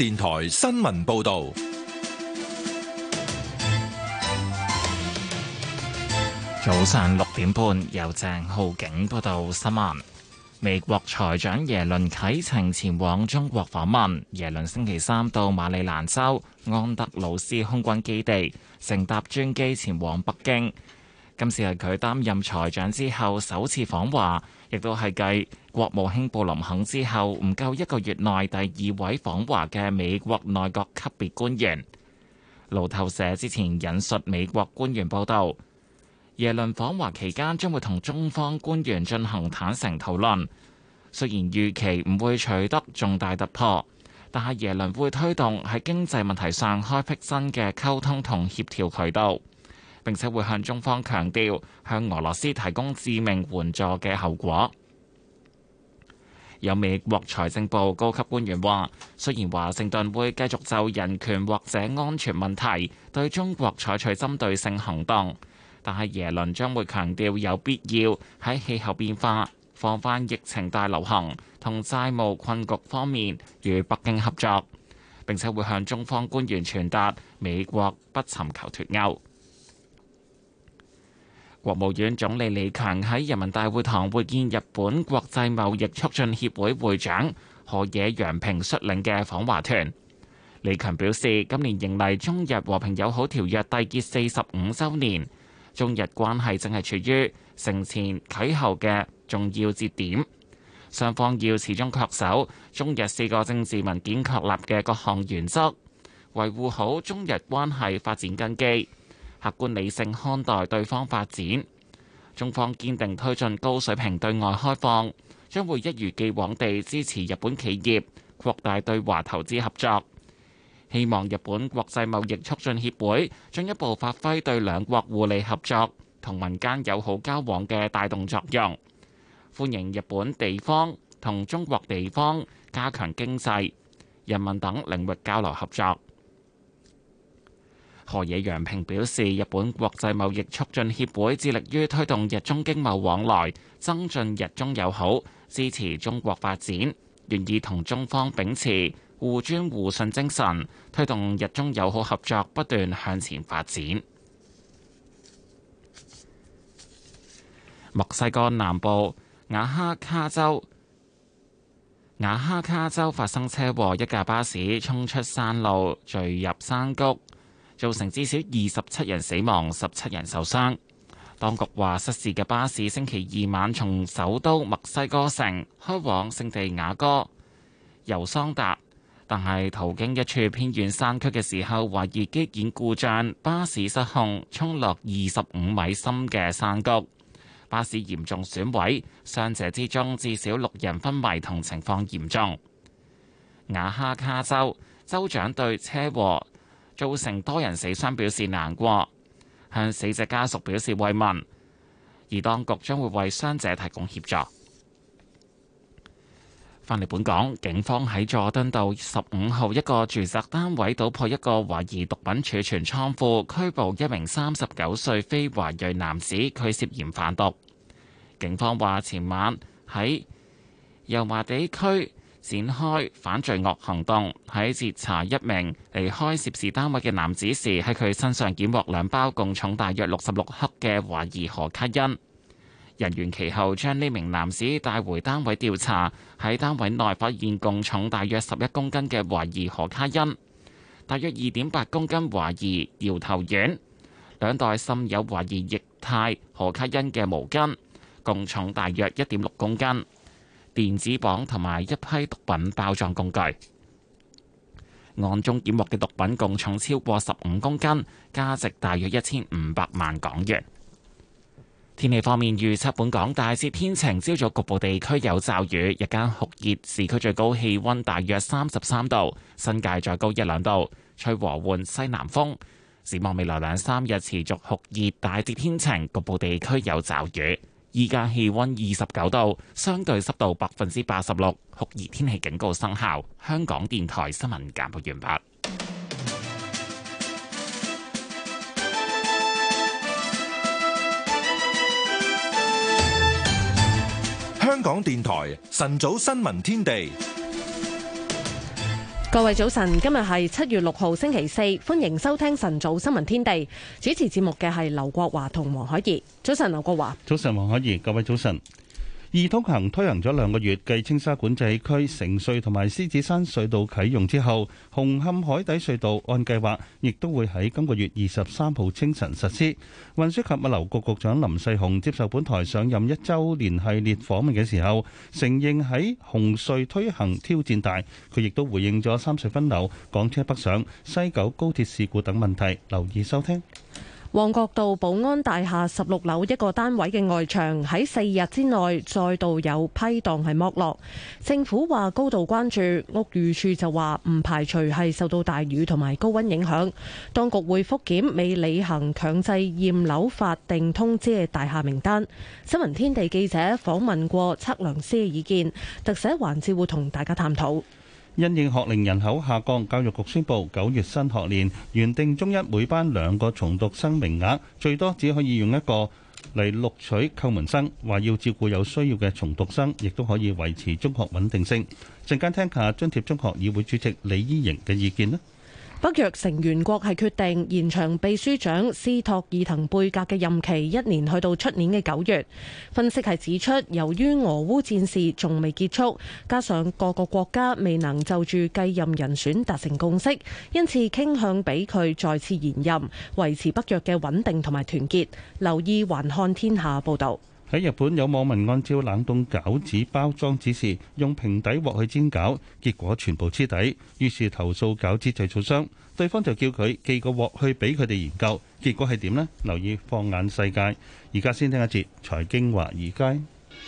電台新聞報道。 早上6點半，由鄭浩景報道新聞。美國財長耶倫啟程前往中國訪問。耶倫星期三到馬里蘭州安德魯斯空軍基地，乘搭專機前往北京。今次係佢擔任財長之後首次訪華，亦都係繼國務卿布林肯之後唔夠1個月內第2位訪華嘅美國內閣級別官員。路透社之前引述美國官員報道，耶倫訪華期間將會同中方官員進行坦誠討論。雖然預期唔會取得重大突破，但係耶倫會推動喺經濟問題上開闢新嘅溝通同協調渠道，並且會向中方強調向俄羅斯提供致命援助嘅後果。有美國財政部高級官員話，雖然華盛頓會繼續就人權或者安全問題對中國採取針對性行動，但係耶倫將會強調有必要喺氣候變化、防範疫情大流行同債務困局方面與北京合作，並且會向中方官員傳達美國不尋求脫歐。國務院總理李強喺人民大會堂會見日本國際貿易促進協會會長河野洋平率領嘅訪華團。李強表示，今年迎嚟中日和平友好條約締結45週年，中日關係正係處於承前啟後嘅重要節點，雙方要始終恪守中日4個政治文件確立嘅各項原則，維護好中日關係發展根基，客觀理性看待對方發展。中方堅定推進高水平對外開放，將會一如既往地支持日本企業擴大對華投資合作。希望日本國際貿易促進協會進一步發揮對兩國互利合作同民間友好交往嘅帶動作用，歡迎日本地方同中國地方加強經濟、人民等領域交流合作。河野洋平表示，日本國際貿易促進協會致力於推動日中經貿往來，增進日中友好，支持中國發展，願意同中方秉持互尊互信精神，推動日中友好合作不斷向前發展。墨西哥南部瓦哈卡州發生車禍，一架巴士衝出山路，墜入山谷，造成至少27人死亡、17人受傷。當局話，失事嘅巴士星期二晚從首都墨西哥城開往聖地亞哥尤桑達，但係途經一處偏遠山區嘅時候，懷疑機件故障，巴士失控衝落25米深嘅山谷，巴士嚴重損毀，傷者之中至少6人昏迷同情況嚴重。瓦哈卡州州長對車禍造成多人死傷表示難過，向死者家屬表示慰問，而當局將會為傷者提供協助。返嚟本港，警方喺佐敦道15號一個住宅單位搗破一個懷疑毒品儲存倉庫，拘捕一名39歲非華裔男子，佢涉嫌販毒。警方話，前晚喺油麻地區展開反罪惡行動，喺截查一名離開涉事單位嘅男子時，喺佢身上檢獲2包共重大約66克嘅懷疑可卡因。人員其後將呢名男子帶回單位調查，喺單位內發現共重大約11公斤嘅懷疑可卡因，大約2.8公斤懷疑搖頭丸，2袋滲有懷疑液態可卡因嘅毛巾，共重大約1.6公斤，電子磅同埋一批毒品包裝工具。案中檢獲嘅毒品共重超過15公斤，價值大約1500萬港元。天氣方面，預測本港大致天晴，朝早局部地區有驟雨，日間酷熱，市區最高氣溫大約33度，新界再高1-2度，吹和緩西南風。展望未來2-3日持續酷熱，大致天晴，局部地區有驟雨。依家氣溫29度，相對濕度86%，酷熱天氣警告生效。香港電台新聞簡報完畢。 香港電台晨早新聞天地， 各位早晨，今日係7月6號星期四，歡迎收聽晨早新聞天地。主持節目嘅係劉國華同黃海怡。早晨，劉國華。 早晨，黃海怡。各位早晨。易通行推行咗2個月，繼青沙管制區城隧同埋獅子山隧道啟用之後，紅磡海底隧道按計劃亦都會喺今個月23號清晨實施。運輸及物流局局長林世雄接受本台上任1週年系列訪問嘅時候，承認喺紅隧推行挑戰大。佢亦都回應咗三隧分流、港車北上、西九高鐵事故等問題。留意收聽。 旺角道寶安大廈16樓一個單位嘅外牆喺4日之內再度有批盪係剝落，政府話高度關注，屋宇署就話唔排除係受到大雨同埋高溫影響，當局會復檢未履行強制驗樓法定通知嘅大廈名單。新聞天地記者訪問過測量師嘅意見，特寫環節會同大家探討。 因應學齡人口下降，教育局宣布9月新學年原定中一每班2個重讀生名額，最多只可以用1個嚟錄取叩門生。話要照顧有需要嘅重讀生，亦都可以維持中學穩定性。陣間聽下津貼中學議會主席李依瑩嘅意見啦。 北約成員國係決定延長秘書長斯托爾滕貝格嘅任期1年，去到出年嘅9月。分析係指出，由於俄烏戰事仲未結束，加上各個國家未能就住繼任人選達成共識，因此傾向俾佢再次延任，維持北約嘅穩定同埋團結。留意環看天下報導。 喺日本有網民按照冷凍餃子包裝指示，用平底鑊去煎餃，結果全部黐底，於是投訴餃子製造商，對方就叫佢寄個鑊去俾佢哋研究，結果係點呢？留意放眼世界，而家先聽一節財經華爾街。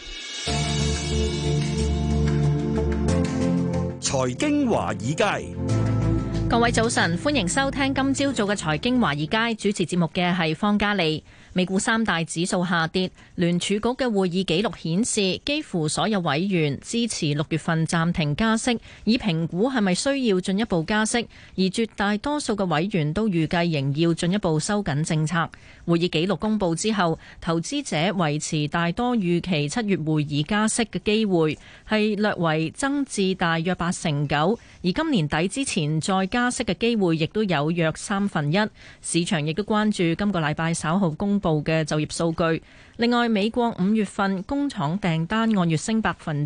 財經華爾街， 各位早晨，歡迎收聽今朝早嘅財經華爾街，主持節目嘅係方嘉利。美股3大指數下跌，聯儲局嘅會議記錄顯示，幾乎所有委員支持6月份暫停加息，以評估係咪需要進一步加息，而絕大多數嘅委員都預計仍要進一步收緊政策。會議記錄公佈之後，投資者維持大多預期7月會議加息嘅機會係略為增至大約89%，而今年底之前再加息嘅機會亦都有約1/3。市場亦都關注今個禮拜稍後公布嘅就業數據。另外，美國5月份工廠訂單按月升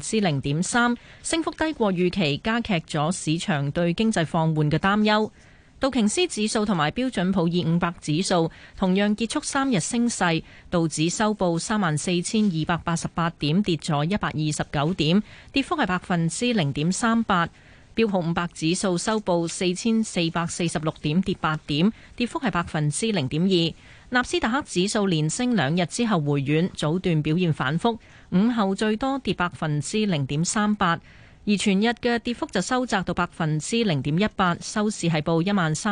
0.3%，升幅低過預期，加劇咗市場對經濟放緩嘅擔憂。道瓊斯指數同埋標準普爾500指數同樣結束3日升勢，道指收報34,288點，跌咗129點，跌幅係0.38%。標普500指數收報4,446點，跌8點，跌幅係0.2%。納斯達克指數連升2日之後回軟，早段表現反覆，午後最多跌0.38%，而全日嘅跌幅就收窄到0.18%，收市係報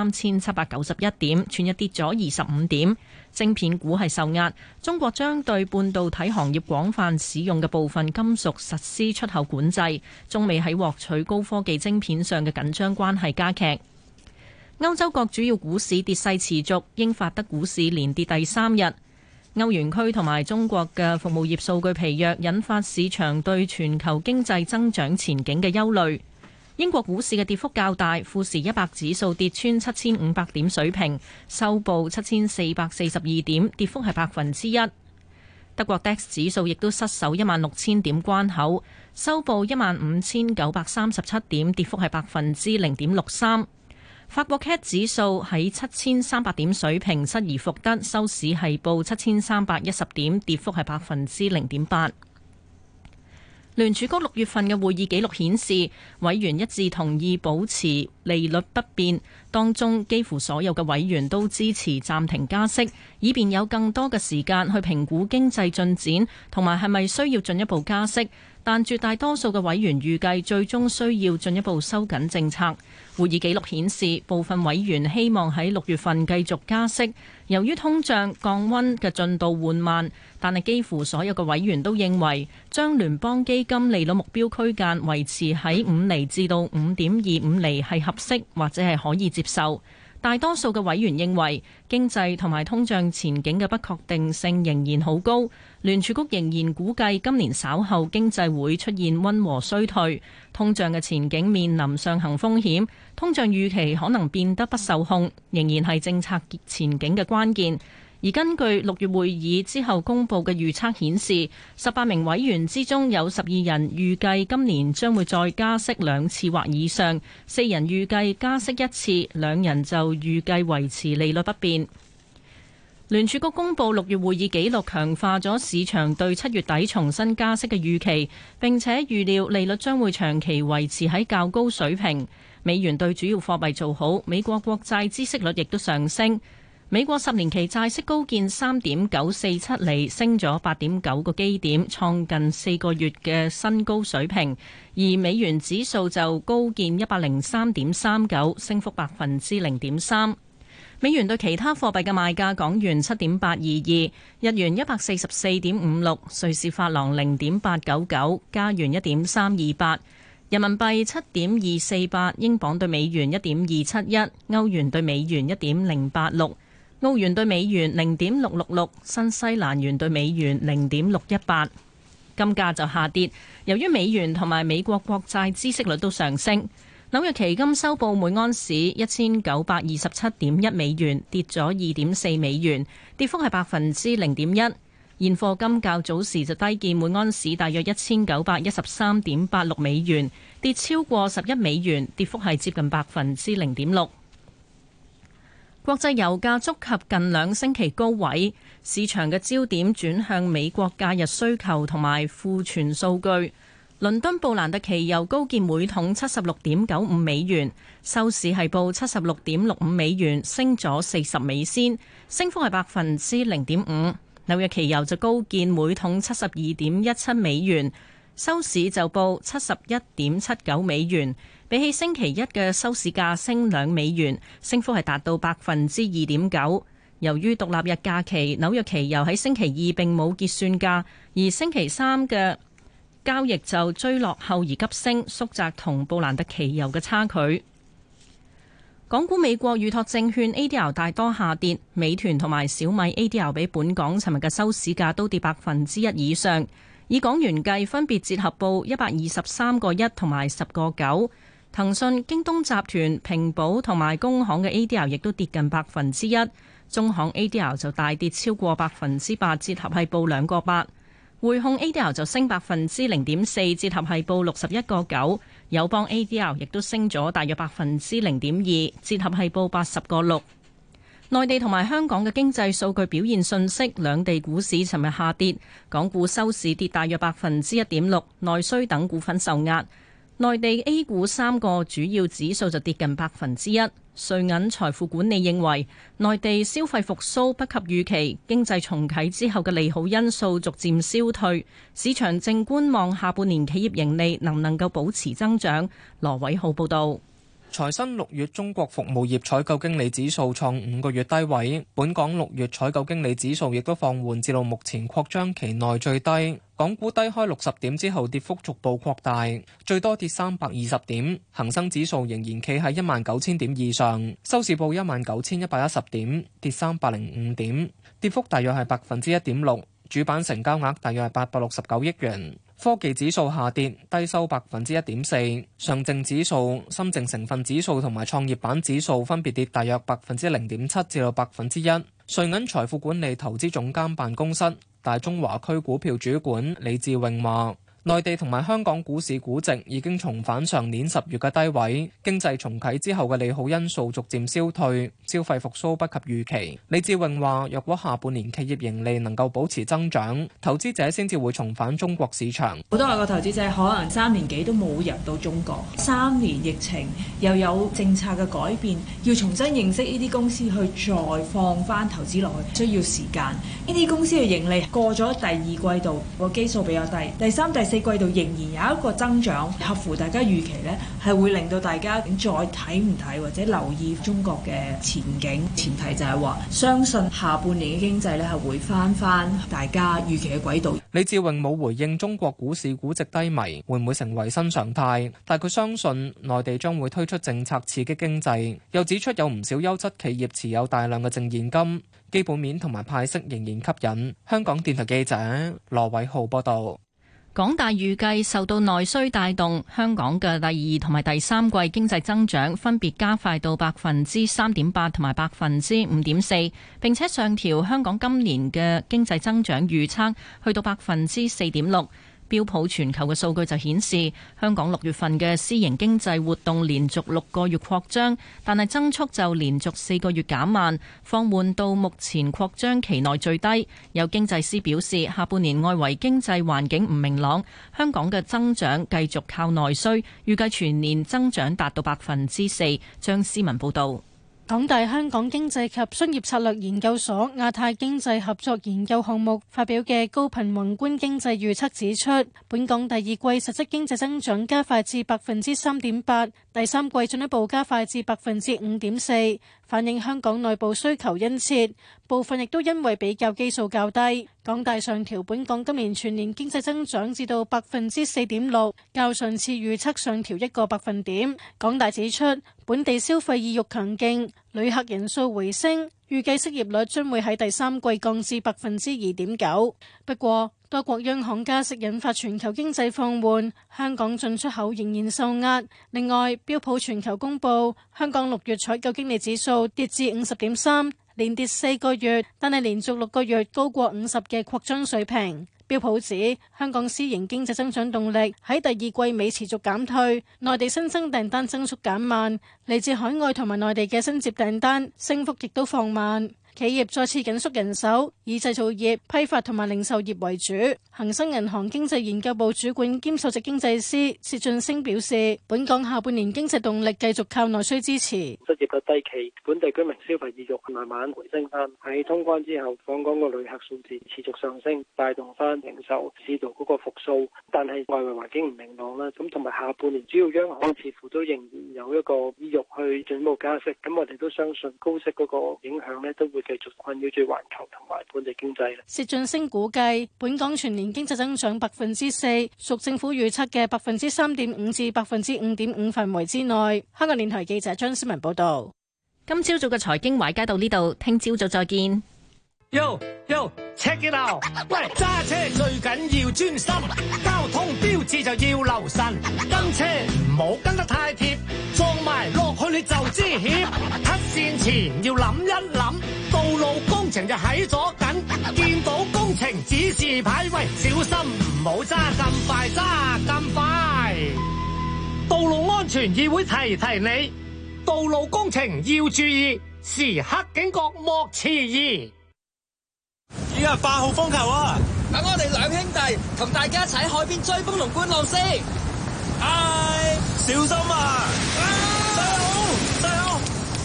13,791點，全日跌咗25點。晶片股係受壓，中國將對半導體行業廣泛使用嘅部分金屬實施出口管制，中美喺獲取高科技晶片上嘅緊張關係加劇。歐洲各主要股市跌勢持續，英法德股市連跌第3日。歐元區同埋中國嘅服務業數據疲弱，引發市場對全球經濟增長前景嘅憂慮。英國股市嘅跌幅較大，富時100指數跌穿7500點水平，收報7442點，跌幅係1%。德國 DAX 指數亦都失守16000點關口，收報15937點，跌幅係0.63%。法國 CAC 指數喺7300點水平失而復得，收市係報7310點，跌幅係0.8%。聯儲局6月份嘅會議記錄顯示，委員一致同意保持利率不變，當中幾乎所有嘅委員都支持暫停加息，以便有更多嘅時間去評估經濟進展同埋係咪需要進一步加息。但絕大多數嘅委員預計最終需要進一步收緊政策。會議記錄顯示，部分委員希望喺6月份繼續加息，由於通脹降溫嘅進度緩慢，但係幾乎所有嘅委員都認為將聯邦基金利率目標區間維持喺5厘至到5.25厘係合適或者係可以接受。 大多數嘅委員認為經濟同埋通脹前景嘅不確定性仍然好高，聯儲局仍然估計今年稍後經濟會出現溫和衰退，通脹嘅前景面臨上行風險，通脹預期可能變得不受控，仍然係政策前景嘅關鍵。而根據6月會議之後公佈嘅預測顯示，18名委員之中有12人預計今年將會再加息2次或以上，4人預計加息1次，2人就預計維持利率不變。聯儲局公佈6月會議紀錄，強化咗市場對7月底重新加息嘅預期，並且預料利率將會長期維持喺較高水平。美元對主要貨幣做好，美國國債孳息率亦都上升。美國10年期債息高見3.947厘，升咗8.9個基點，創近4個月嘅新高水平。而美元指數就高見103.39，升幅0.3%。美元對其他貨幣嘅賣價：港元7.822，日元144.56，瑞士法郎0.899，加元1.328，人民幣7.248，英鎊對美元1.271，歐元對美元1.086。澳元對美元0.666，新西蘭元對美元0.618。金價就下跌，由於美元同埋美國國債孳息率都上升。紐約期金收報每安士1927.1美元，跌咗2.4美元，跌幅係0.1%。現貨金較早時就低見每安士大約1913.86美元，跌超過11美元，跌幅係接近0.6%。國際油價觸及近2星期高位，市場嘅焦點轉向美國假日需求同埋庫存數據。倫敦布蘭特期油高見每桶76.95美元，收市係報76.65美元，升咗40美仙，升幅係0.5%。紐約期油就高見每桶72.17美元，收市就報71.79美元。比起星期一嘅收市價升2美元，升幅係達到2.9%。由於獨立日假期，紐約期油喺星期二並冇結算價，而星期三嘅交易就追落後而急升，縮窄同布蘭特期油嘅差距。港股美國預託證券 ADR 大多下跌，美團同埋小米 ADR 比本港尋日嘅收市價都跌1%以上，以港元計分別折合報123.1同埋10.9。騰訊、京東集團、平保同埋工行嘅 ADR 亦都跌近1%，中行 ADR 就大跌超過8%，折合係報2.8。匯控 ADR 就升0.4%，折合係報61.9。友邦 ADR 亦都升咗大約0.2%，折合係報80.6。內地同埋香港嘅經濟數據表現遜色，兩地股市尋日下跌，港股收市跌大約1.6%，內需等股份受壓。內地 A 股3個主要指數就跌近1%。瑞銀財富管理認為，內地消費復甦不及預期，經濟重啟之後嘅利好因素逐漸消退，市場正觀望下半年企業盈利能唔能夠保持增長。羅偉浩報導。 財新6月中國服務業採購經理指數創5個月低位，本港6月採購經理指數亦都放緩至到目前擴張期內最低。港股低開60點之後，跌幅逐步擴大，最多跌320點。恒生指數仍然企喺19000點以上，收市報19110點，跌305點，跌幅大約係1.6%。主板成交額大約係869億元。科技指數下跌，低收1.4%。上證指數、深證成分指數同埋創業板指數分別跌大約0.7%至到1%。瑞銀財富管理投資總監辦公室大中華區股票主管李志榮話，內地同埋香港股市估值已經重返上年10月嘅低位，經濟重啟之後嘅利好因素逐漸消退，消費復甦不及預期。李志榮話，若果下半年企業盈利能夠保持增長，投資者先至會重返中國市場。 好多外國投資者可能3年幾都冇入到中國，3年疫情又有政策嘅改變，要重新認識呢啲公司去再放翻投資落去，需要時間。呢啲公司嘅盈利過咗第2季度個基數比較低，第3、第4 四季度仍然有一個增長，合乎大家預期呢，係會令到大家再睇唔睇或者留意中國嘅前景。前提就係話，相信下半年嘅經濟呢係會翻大家預期嘅軌道。 李志榮冇回應中國股市估值低迷會唔會成為新常態，但佢相信內地將會推出政策刺激經濟，又指出有唔少優質企業持有大量嘅淨現金，基本面同埋派息仍然吸引。香港電台記者羅偉浩報道。 港大預計受到內需帶動，香港嘅第二同埋第三季經濟增長分別加快到3.8%同埋5.4%，並且上調香港今年嘅經濟增長預測去到4.6%。標普全球嘅數據就顯示，香港6月份嘅私營經濟活動連續6個月擴張，但係增速就連續4個月減慢，放緩到目前擴張期內最低。有經濟師表示，下半年外圍經濟環境唔明朗，香港嘅增長繼續靠內需，預計全年增長達到4%。張思文報導。 港大香港經濟及商業策略研究所亞太經濟合作研究項目發表嘅高頻宏觀經濟預測指出，本港第二季實質經濟增長加快至3.8%，第三季進一步加快至5.4%，反映香港內部需求殷切，部分亦都因為比較基數較低。港大上調本港今年全年經濟增長至到4.6%，較上次預測上調1個百分點。港大指出，本地消費意欲強勁，旅客人數回升，預計失業率將會喺第三季降至2.9%。不過，多國央行加息引發全球經濟放緩，香港進出口仍然受壓。另外，標普全球公佈香港6月採購經理指數跌至50.3，連跌4個月，但係連續6個月高過50嘅擴張水平。標普指香港私營經濟增長動力喺第二季尾持續減退，內地新增訂單增速減慢，嚟自海外同埋內地嘅新接訂單升幅亦都放慢。企業再次緊縮人手，以製造業、批發同埋零售業為主。恒生銀行經濟研究部主管兼首席經濟師薛俊升表示，本港下半年經濟動力繼續靠內需支持。 失業率低企，本地居民消費意欲慢慢回升翻。喺通關之後，訪港個旅客數字持續上升，帶動翻零售市道嗰個復甦。但係外圍環境唔明朗啦，咁同埋下半年主要央行似乎都仍然有一個意欲去進一步加息。咁我哋都相信高息嗰個影響咧都會繼續困擾住環球同埋本地經濟。 薛俊升估計，本港全年經濟增長4%，屬政府預測嘅3.5%至5.5%範圍之內。香港電台記者張思文報道。 今朝早嘅財經華爾街到呢度，聽朝早再見。 Yo check it out， 喂，揸車最緊要專心，交通標誌就要留神，跟車唔好跟得太貼，撞埋落去你就知險。黑線前要諗一諗，道路工程就喺左近，見到工程指示牌，喂，小心唔好揸咁快，揸咁快。道路安全議會提提你，道路工程要注意，時刻警覺莫遲疑。 依家係8號風球啊！ 等我哋兩兄弟同大家一齊喺海邊追風同觀浪先。 唉，小心啊！細佬！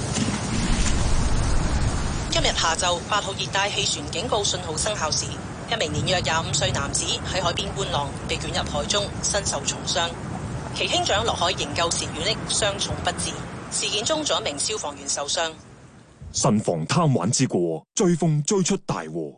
今日下晝8號熱帶氣旋警告信號生效時，一名年約25歲男子喺海邊觀浪，被捲入海中，身受重傷。其兄長落海營救時遇溺，傷重不治。事件中，仲有一名消防員受傷。 慎防貪玩之過，追風追出大禍。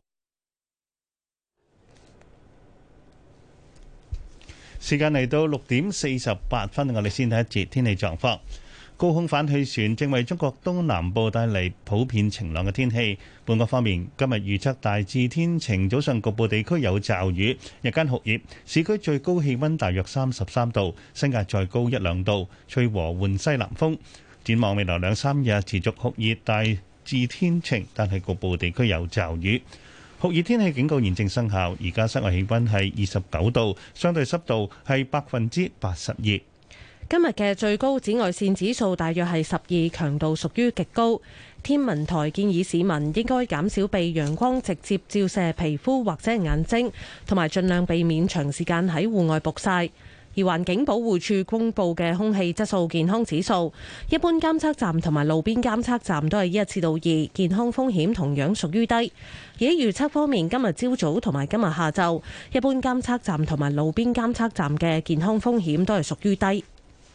時間嚟到6:48，我哋先睇一節天氣狀況。高空反氣旋正為中國東南部帶嚟普遍晴朗嘅天氣。本港方面，今日預測大致天晴，早上局部地區有驟雨，日間酷熱，市區最高氣溫大約33度，新界再高1-2度，吹和緩西南風。展望未來2-3日持續酷熱，大致天晴，但係局部地區有驟雨。酷熱天氣警告現正生效，而家室外氣溫係29度，相對濕度係82%。 今日嘅最高紫外線指數大約係12，強度屬於極高。天文台建議市民應該減少被陽光直接照射皮膚或者眼睛，同埋盡量避免長時間喺戶外曝曬。 而環境保護署公布嘅空氣質素健康指數，一般監測站同埋路邊監測站都係1至2，健康風險同樣屬於低。而喺預測方面，今日朝早同埋今日下晝，一般監測站同埋路邊監測站嘅健康風險都係屬於低。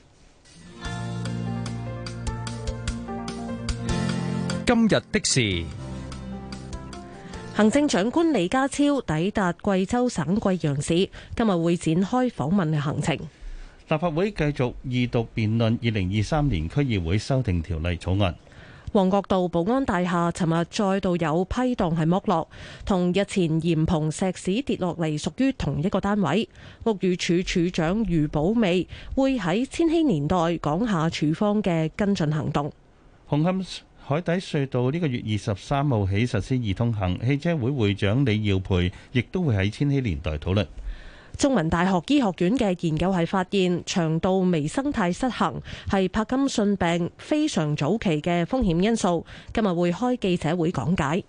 今日的事， 行政長官李家超抵達貴州省貴陽市，今日會展開訪問嘅行程。 立法會繼續二讀辯論2023年區議會修訂條例草案。 旺角道保安大廈尋日再度有批盪係剝落，同日前鹽棚石屎跌落嚟屬於同一個單位。屋宇署署長余寶美會喺千禧年代講下署方嘅跟進行動。 紅磡海底隧道呢個月23號起實施易通行，汽車會會長李耀培亦都會喺千禧年代討論。 中文大學醫學院嘅研究係發現，腸道微生態失衡係柏金遜病非常早期嘅風險因素。今日會開記者會講解。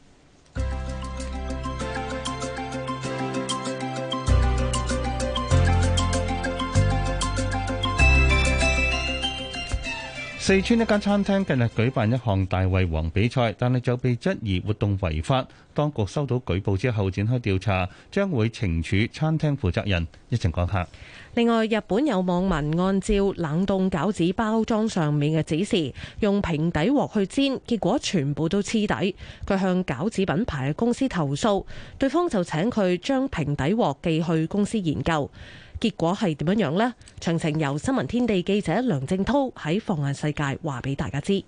四川一間餐廳近日舉辦一項大胃王比賽，但係就被質疑活動違法。當局收到舉報之後展開調查，將會懲處餐廳負責人。一陣講下。 另外，日本有網民按照冷凍餃子包裝上面嘅指示，用平底鑊去煎，結果全部都黐底。佢向餃子品牌嘅公司投訴，對方就請佢將平底鑊寄去公司研究。結果係點樣呢？詳情由新聞天地記者梁正濤喺放眼世界話俾大家知。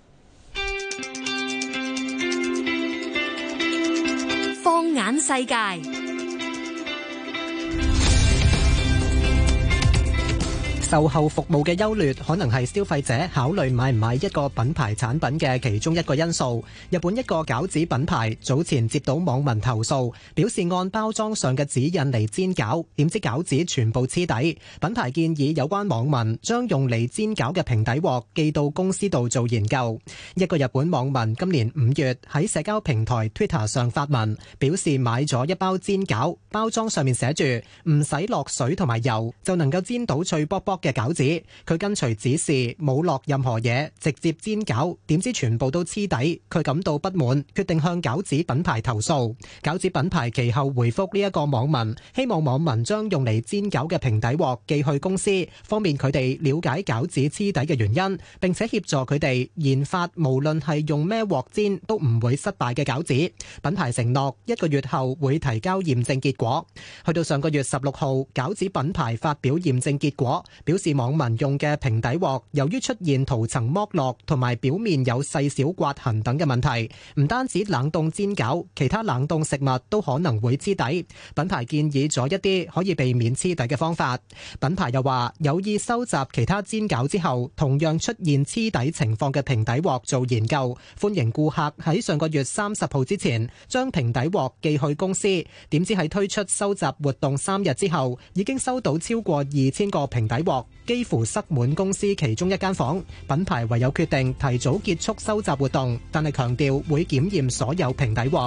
放眼世界。 售後服務嘅優劣可能係消費者考慮買唔買一個品牌產品嘅其中一個因素。日本一個餃子品牌早前接到網民投訴，表示按包裝上嘅指引嚟煎餃，點知餃子全部黐底。品牌建議有關網民將用嚟煎餃嘅平底鑊寄到公司度做研究。一個日本網民今年5月喺社交平台 Twitter 上發文，表示買咗一包煎餃，包裝上面寫住唔使落水同埋油就能夠煎到脆卜卜嘅餃子，佢跟隨指示冇落任何嘢，直接煎餃，點知全部都黐底，佢感到不滿，決定向餃子品牌投訴。餃子品牌其後回覆呢一個網民，希望網民將用嚟煎餃嘅平底鑊寄去公司，方便佢哋了解餃子黐底嘅原因，並且協助佢哋研發無論係用咩鑊煎都唔會失敗嘅餃子。品牌承諾1個月後會提交驗證結果。去到上個月16號，餃子品牌發表驗證結果，表示網民用嘅平底鑊由於出現塗層剝落同埋表面有細小刮痕等嘅問題，唔單止冷凍煎餃，其他冷凍食物都可能會黐底。品牌建議咗一啲可以避免黐底嘅方法。品牌又話有意收集其他煎餃之後同樣出現黐底情況嘅平底鑊做研究，歡迎顧客喺上個月30號之前將平底鑊寄去公司。點知喺推出收集活動3日之後，已經收到超過2000個平底鑊，幾乎塞滿公司其中一間房。品牌唯有決定提早結束收集活動，但係強調會檢驗所有平底鑊。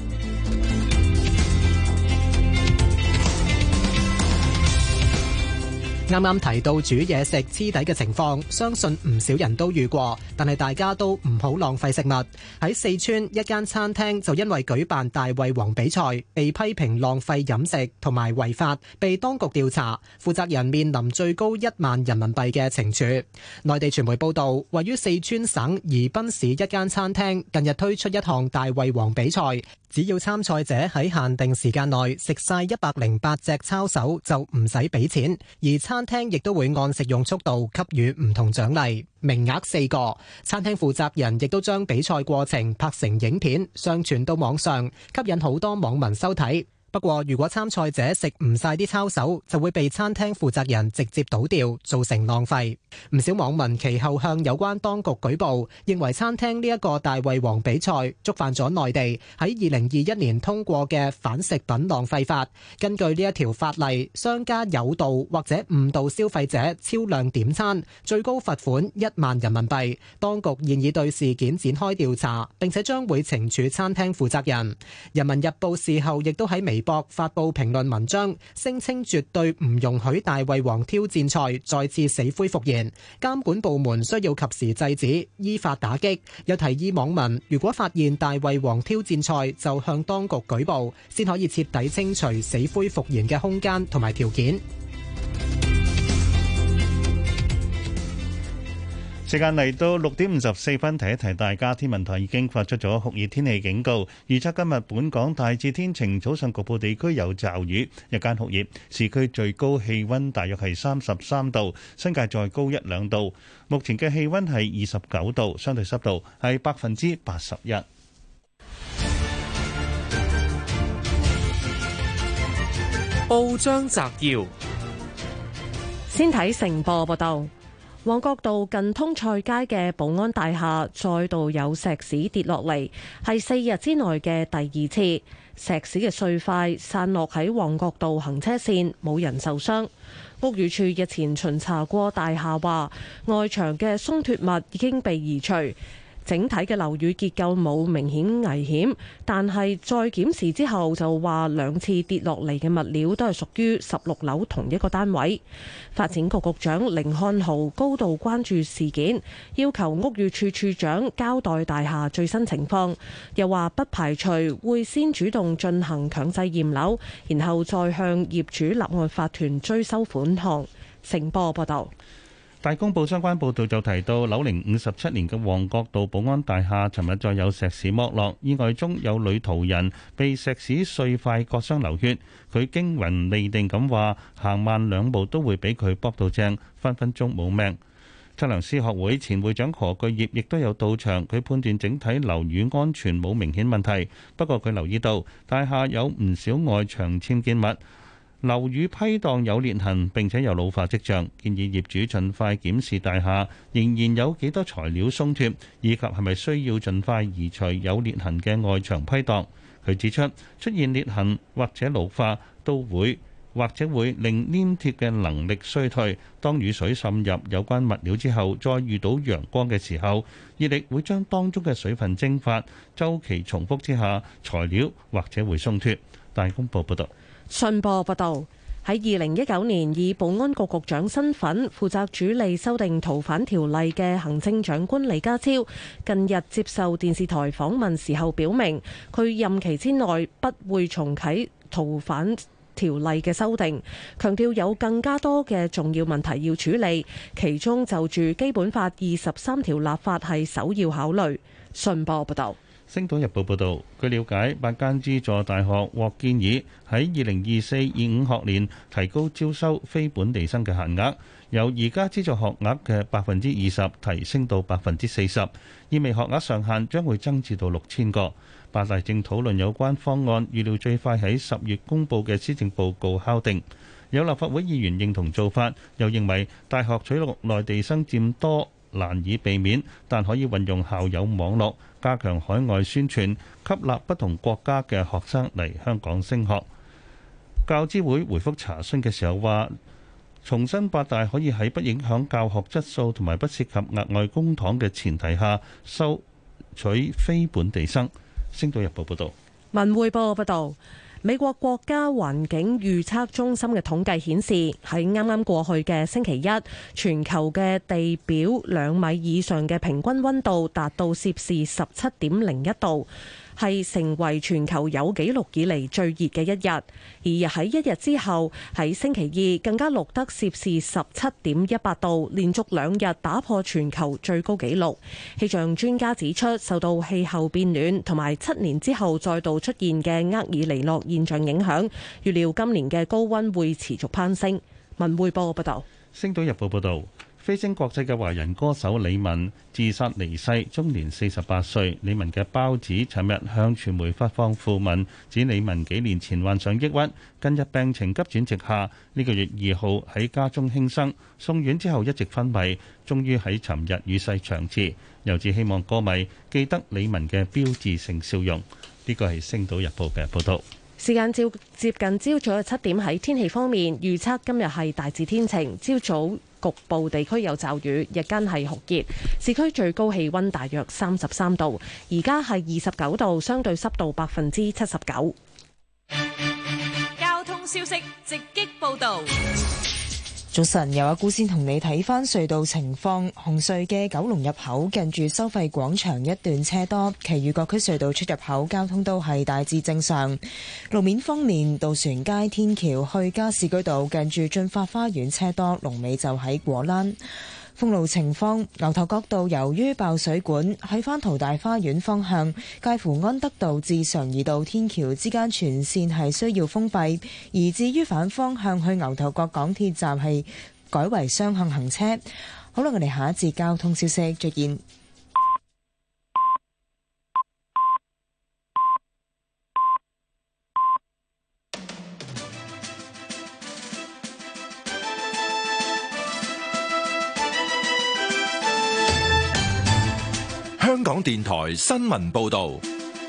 啱啱提到煮嘢食黐底嘅情況，相信唔少人都遇過，但係大家都唔好浪費食物。喺四川一間餐廳就因為舉辦大胃王比賽，被批評浪費飲食同埋違法，被當局調查，負責人面臨最高1萬人民幣嘅懲處。內地傳媒報道，位於四川省宜賓市一間餐廳近日推出一項大胃王比賽，只要參賽者喺限定時間內食晒108隻抄手就唔使俾錢，而餐廳亦都會按食用速度給予唔同獎勵，名額4個。餐廳負責人亦都將比賽過程拍成影片上傳到網上，吸引好多網民收睇。不過，如果參賽者食唔晒啲抄手，就會被餐廳負責人直接倒掉，造成浪費。唔少網民其後向有關當局舉報，認為餐廳呢一個大胃王比賽觸犯咗內地喺2021年通過嘅反食品浪費法。根據呢一條法例，商家誘導或者誤導消費者超量點餐，最高罰款1萬人民幣。當局現已對事件展開調查，並且將會懲處餐廳負責人。人民日報事後亦都喺微微博發布評論文章，聲稱絕對唔容許大胃王挑戰賽再次死灰復燃，監管部門需要及時制止，依法打擊。又提議網民如果發現大胃王挑戰賽，就向當局舉報，先可以徹底清除死灰復燃嘅空間同埋條件。 時間嚟到6:54，提一提大家，天文台已經發出咗酷熱天氣警告，預測今日本港大致天晴，早上局部地區有驟雨，日間酷熱，市區最高氣溫大約係33度，新界再高1-2度。目前嘅氣溫係29度，相對濕度係81%。 報章摘要， 先睇成報報道。旺角道近通菜街嘅保安大廈再度有石屎跌落嚟，係4日之內嘅第2次。石屎嘅碎塊散落喺旺角道行車線，冇人受傷。屋宇署日前巡查過大廈，話外牆嘅鬆脫物已經被移除，整體嘅樓宇結構冇明顯危險，但係再檢視之後就話兩次跌落嚟嘅物料都係屬於16樓同一個單位。發展局局長甯漢豪高度關注事件，要求屋宇署署長交代大廈最新情況，又話不排除會先主動進行強制驗樓，然後再向業主立案法團追收款項。成報報道。 大公報相關報導就提到，樓齡57年嘅旺角道保安大廈，尋日再有石屎剝落，意外中有女途人被石屎碎塊割傷流血。佢驚魂未定咁話，行慢2步都會俾佢剝到正，分分鐘冇命。測量師學會前會長何巨業亦都有到場，佢判斷整體樓宇安全冇明顯問題，不過佢留意到大廈有唔少外牆僭建物。樓宇批盪有裂痕，並且有老化跡象，建議業主盡快檢視大廈仍然有幾多材料鬆脱，以及係咪需要盡快移除有裂痕嘅外牆批盪。佢指出，出現裂痕或者老化或者會令黏貼嘅能力衰退。當雨水滲入有關物料之後，再遇到陽光嘅時候，熱力會將當中嘅水分蒸發，週期重複之下，材料或者會鬆脱。大公報報道。 信報報道，喺2019年以保安局局長身份負責處理修訂逃犯條例嘅行政長官李家超，近日接受電視台訪問時候表明，佢任期之內不會重啟逃犯條例嘅修訂，強調有更加多嘅重要問題要處理，其中就住基本法23條立法係首要考慮。信報報道。 《星島日報》報導，據了解，8間資助大學獲建議喺2024-25學年提高招收非本地生嘅限額，由而家資助學額嘅20%提升到40%，意味學額上限將會增至到6000個。8大正討論有關方案，預料最快喺10月公佈嘅施政報告敲定。有立法會議員認同做法，又認為大學取錄內地生佔多難以避免，但可以運用校友網絡加強海外宣傳，吸納不同國家嘅學生嚟香港升學。教資會回覆查詢嘅時候話，重申8大可以喺不影響教學質素同埋不涉及額外公帑嘅前提下收取非本地生。星島日報報道。 文匯報報道。美國國家環境預測中心嘅統計顯示，喺啱啱過去嘅星期一，全球嘅地表2米以上嘅平均溫度達到攝氏17.01度，係成為全球有紀錄以嚟最熱嘅一日。而喺一日之後，喺星期二更加錄得攝氏17.18度，連續2日打破全球最高紀錄。氣象專家指出，受到氣候變暖同埋7年之後再度出現嘅厄爾尼諾現象影響，預料今年嘅高溫會持續攀升。文匯報報道。 星島日報報道。飛升國際嘅華人歌手李玟自殺離世，終年48歲。李玟嘅胞子尋日向傳媒發放訃聞，指李玟幾年前患上抑鬱，近日病情急轉直下，呢個月2號喺家中輕生，送院之後一直昏迷，終於喺尋日與世長辭。又指希望歌迷記得李玟嘅標誌性笑容。呢個係《星島日報》嘅報導。 時間接近朝早嘅7點，喺天氣方面預測今日係大致天晴，朝早局部地區有驟雨，日間係酷熱，市區最高氣溫大約33度，而家係29度，相對濕度79%。 消息直擊報導。 早晨，由阿姑先同你睇返隧道情況。紅隧嘅九龍入口近住收費廣場一段車多，其餘各區隧道出入口交通都係大致正常。路面方面，渡船街天橋去加士居道近住駿發花園車多，龍尾就喺果欄。封路情況，牛頭角道由於爆水管，喺返淘大花園方向介乎安德道至常怡道天橋之間全線係需要封閉，而至於反方向去牛頭角港鐵站係改為雙向行車。好啦，我哋下一節交通消息再見。 香港電台新聞報道，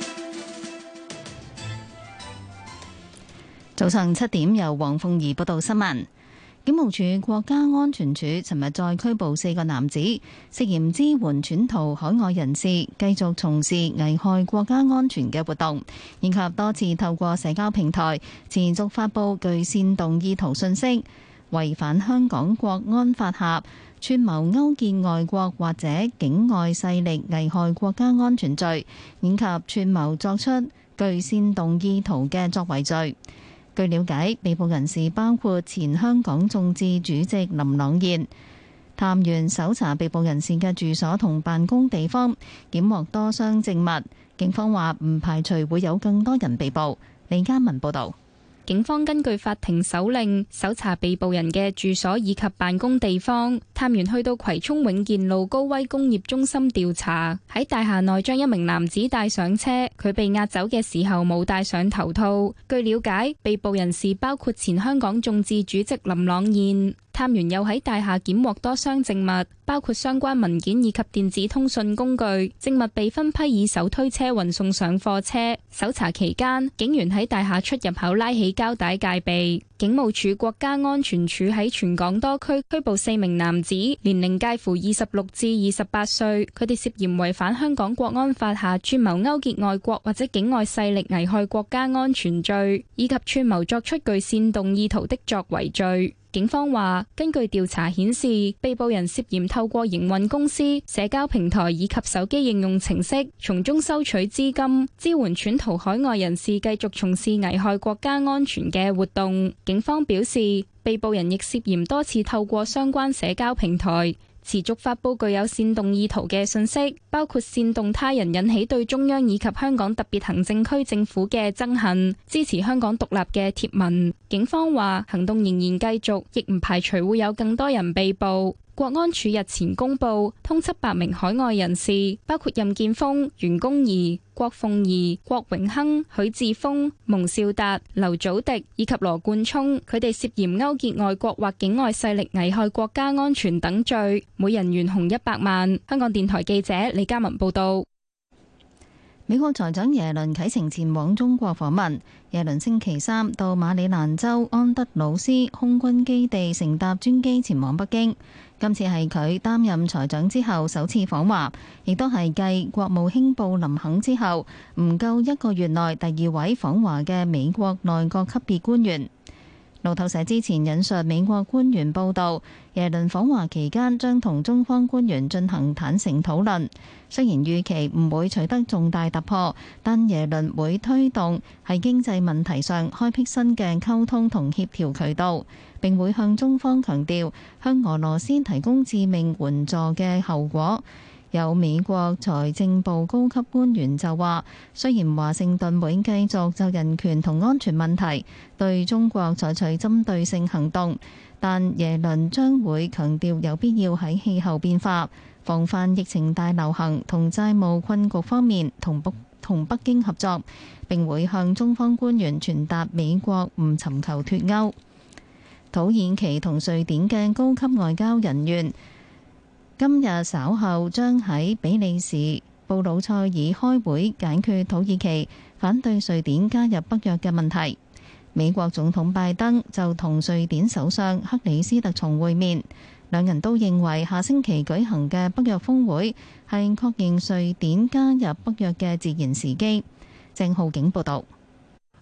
早上7點由黃鳳儀報道新聞。警務處國家安全處尋日再拘捕4個男子，涉嫌支援竄逃海外人士繼續從事危害國家安全嘅活動，以及多次透過社交平台持續發布具煽動意圖信息，違反香港國安法下串謀勾結外國或者境外勢力危害國家安全罪，以及串謀作出具煽動意圖嘅作為罪。據了解，被捕人士包括前香港眾志主席林朗彥。探員搜查被捕人士嘅住所同辦公地方，檢獲多箱證物。警方話唔排除會有更多人被捕。李嘉文報導。 警方根據法庭手令搜查被捕人嘅住所以及辦公地方，探員去到葵涌永健路高威工業中心調查，喺大廈內將一名男子帶上車，佢被押走嘅時候冇戴上頭套。據了解，被捕人士包括前香港眾志主席林朗彥。探員又喺大廈檢獲多箱證物，包括相關文件以及電子通訊工具。證物被分批以手推車運送上貨車。搜查期間，警員喺大廈出入口拉起膠帶戒備。警務處國家安全處喺全港多區拘捕4名男子，年齡介乎26至28歲，佢哋涉嫌違反香港國安法下串謀勾結外國或者境外勢力危害國家安全罪，以及串謀作出具煽動意圖的作為罪。警方話，根據調查顯示，被捕人涉嫌透過營運公司、社交平台以及手機應用程式，從中收取資金，支援竄逃海外人士繼續從事危害國家安全嘅活動。警方表示，被捕人亦涉嫌多次透過相關社交平台持續發佈具有煽動意圖嘅信息，包括煽動他人引起對中央以及香港特別行政區政府嘅憎恨、支持香港獨立嘅貼文。警方話行動仍然繼續，亦唔排除會有更多人被捕。國安處日前公布通緝8名海外人士，包括任建峰、袁弓夷、郭鳳儀、郭榮鏗、許智峰、蒙兆達、劉祖迪以及羅冠聰，佢哋涉嫌勾結外國或境外勢力危害國家安全等罪，每人懸紅100萬。香港電台記者李嘉文報道。 美國財長耶倫啟程前往中國訪問。耶倫星期三到馬里蘭州安德魯斯空軍基地乘搭專機前往北京。今次係佢擔任財長之後首次訪華，亦都係繼國務卿布林肯之後唔夠1個月內第2位訪華嘅美國內閣級別官員。路透社之前引述美國官員報道，耶倫訪華期間將同中方官員進行坦誠討論。雖然預期唔會取得重大突破，但耶倫會推動喺經濟問題上開闢新嘅溝通同協調渠道，並會向中方強調向俄羅斯提供致命援助嘅後果。有美國財政部高級官員就話，雖然華盛頓會繼續就人權同安全問題對中國採取針對性行動，但耶倫將會強調有必要喺氣候變化、防範疫情大流行同債務困局方面同北京合作，並會向中方官員傳達美國唔尋求脫鈎。土耳其同瑞典嘅高級外交人員今日稍後將喺比利時布魯塞爾開會解決土耳其反對瑞典加入北約嘅問題。美國總統拜登就同瑞典首相克里斯特松會面，兩人都認為下星期舉行嘅北約峰會係確認瑞典加入北約嘅自然時機。鄭浩景報導。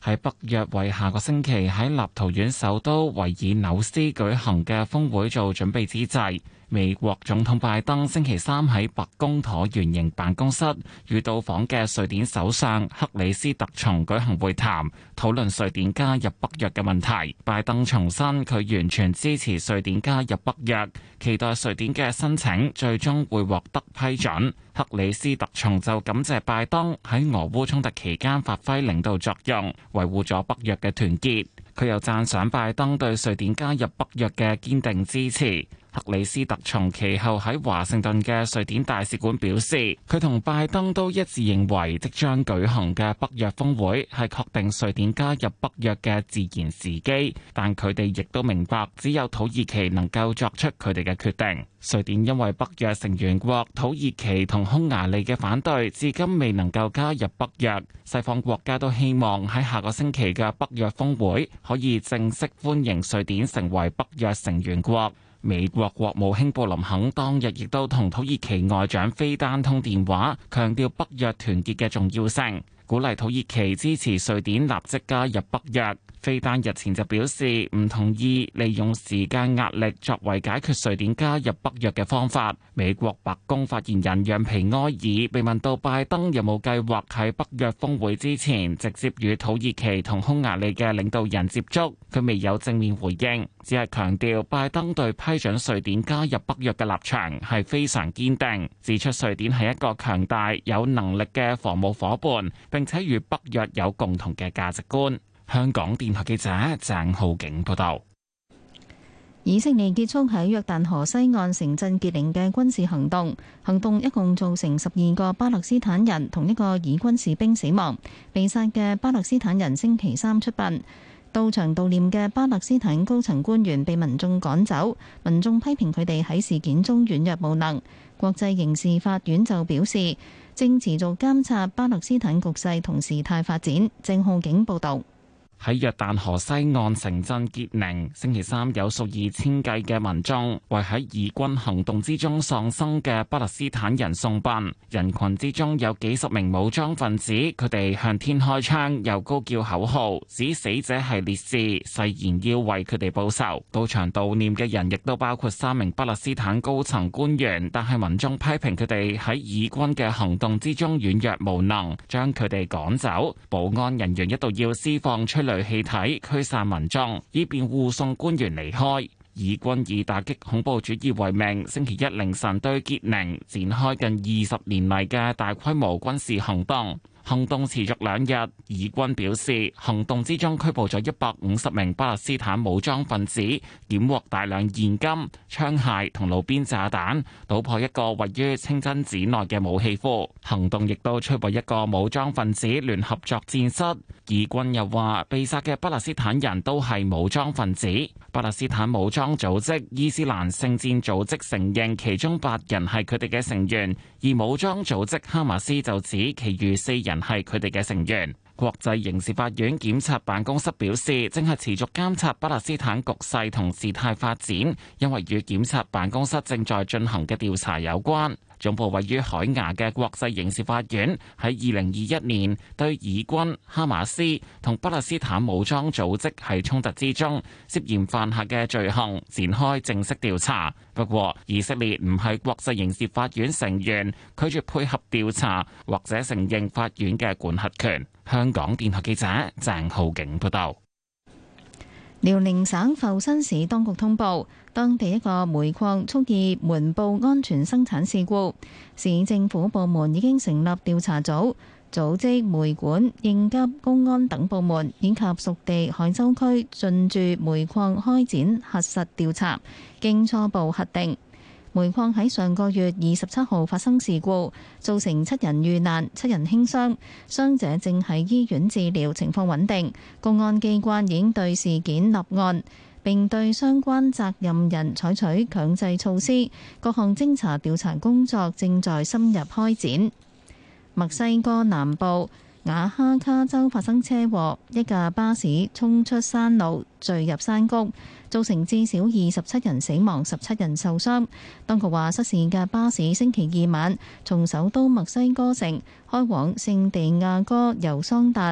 喺北約為下個星期喺立陶宛首都維爾紐斯舉行嘅峰會做準備之際，美國總統拜登星期三喺白宮橢圓形辦公室與到訪嘅瑞典首相克里斯特松舉行會談，討論瑞典加入北約嘅問題。拜登重申佢完全支持瑞典加入北約，期待瑞典嘅申請最終會獲得批准。克里斯特松就感謝拜登喺俄烏衝突期間發揮領導作用，維護咗北約嘅團結。佢又讚賞拜登對瑞典加入北約嘅堅定支持。克里斯特松其後喺華盛頓嘅瑞典大使館表示，佢同拜登都一致認為，即將舉行嘅北約峰會係確定瑞典加入北約嘅自然時機，但佢哋亦都明白，只有土耳其能夠作出佢哋嘅決定。瑞典因為北約成員國土耳其同匈牙利嘅反對，至今未能夠加入北約。西方國家都希望喺下個星期嘅北約峰會可以正式歡迎瑞典成為北約成員國。美國國務卿布林肯當日亦都同土耳其外長菲丹通電話，強調北約團結嘅重要性，鼓勵土耳其支持瑞典立即加入北約。菲丹日前就表示唔同意利用時間壓力作為解決瑞典加入北約嘅方法。美國白宮發言人讓皮埃爾被問到拜登有冇計劃喺北約峰會之前直接與土耳其同匈牙利嘅領導人接觸，佢未有正面回應，只係強調拜登對批准瑞典加入北約嘅立場係非常堅定，指出瑞典係一個強大有能力嘅防務夥伴，並且與北約有共同嘅價值觀。香港電台記者鄭浩景報道。 以色列結束喺約旦河西岸城鎮傑寧嘅軍事行動，一共造成12個巴勒斯坦人同一個以軍士兵死亡。被殺嘅巴勒斯坦人星期三出殯，到場悼念嘅巴勒斯坦高層官員被民眾趕走，民眾批評佢哋喺事件中軟弱無能。國際刑事法院就表示，正持續監察巴勒斯坦局勢同事態發展。鄭浩景報導。 喺約旦河西岸城鎮傑寧，星期三有數以千計嘅民眾為喺以軍行動之中喪生嘅巴勒斯坦人送殯。人群之中有幾十名武裝分子，佢哋向天開槍，又高叫口號，指死者係烈士，誓言要為佢哋報仇。到場悼念嘅人亦都包括3名巴勒斯坦高層官員，但係民眾批評佢哋喺以軍嘅行動之中軟弱無能，將佢哋趕走。保安人員一度要施放催淚氣體驅散民眾，以便護送官員離開。以軍以打擊恐怖主義為名，星期一凌晨對傑寧展開近20年嚟嘅大規模軍事行動。行動持續2日，以軍表示行動之中拘捕咗150名巴勒斯坦武裝分子，檢獲大量現金、槍械同路邊炸彈，搗破一個位於清真寺內嘅武器庫。行動亦都摧毀一個武裝分子聯合作戰室。以軍又話被殺嘅巴勒斯坦人都係武裝分子。巴勒斯坦武裝組織伊斯蘭聖戰組織承認其中8人係佢哋嘅成員，而武裝組織哈馬斯就指其餘4人係佢哋嘅成員。國際刑事法院檢察辦公室表示，正係持續監察巴勒斯坦局勢同事態發展，因為與檢察辦公室正在進行嘅調查有關。總部位於海牙嘅國際刑事法院喺2021年對以軍、哈馬斯同巴勒斯坦武裝組織喺衝突之中涉嫌犯下嘅罪行展開正式調查。不過，以色列唔係國際刑事法院成員，拒絕配合調查或者承認法院嘅管轄權。香港電台記者鄭浩景報道。 遼寧省阜新市當局通報，當地一個煤礦蓄意瞞報安全生產事故，市政府部門已經成立調查組，組織煤管、應急、公安等部門以及屬地海州區進駐煤礦開展核實調查，經初步核定，煤礦喺上個月27號發生事故，造成7人遇難、7人輕傷，傷者正喺醫院治療，情況穩定。公安機關已經對事件立案，並對相關責任人採取強制措施，各項偵查調查工作正在深入開展。墨西哥南部瓦哈卡州發生車禍，一架巴士衝出山路，墜入山谷，造成至少27人死亡、17人受傷。當局話，失事嘅巴士星期二晚從首都墨西哥城開往聖地亞哥尤桑達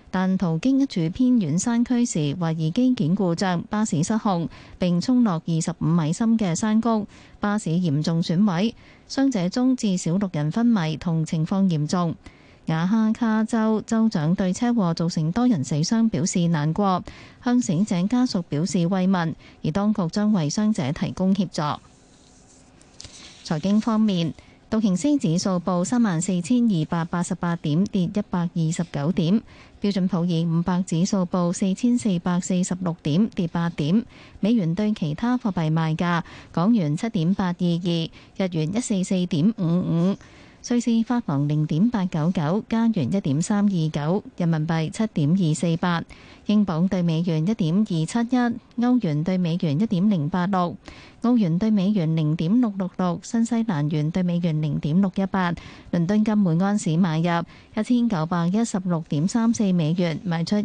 但途經一處偏遠山區時，懷疑機件故障，巴士失控並衝落25米深嘅山谷，巴士嚴重損毀，傷者中至少6人昏迷同情況嚴重。瓦哈卡州州長對車禍造成多人死傷表示難過，向死者家屬表示慰問，而當局將為傷者提供協助。財經方面，道瓊斯指數報34,288點，跌129點；標準普爾500指數報4,446點，跌8點。美元對其他貨幣賣價：港元7.822，日元144.55。瑞士法郎0.899，加元1.329，人民幣7.248，英鎊對美元1.271，歐元對美元1.086，澳元對美元0.666，新西蘭元對美元0.618。倫敦金每安士買入1916.34美元，賣出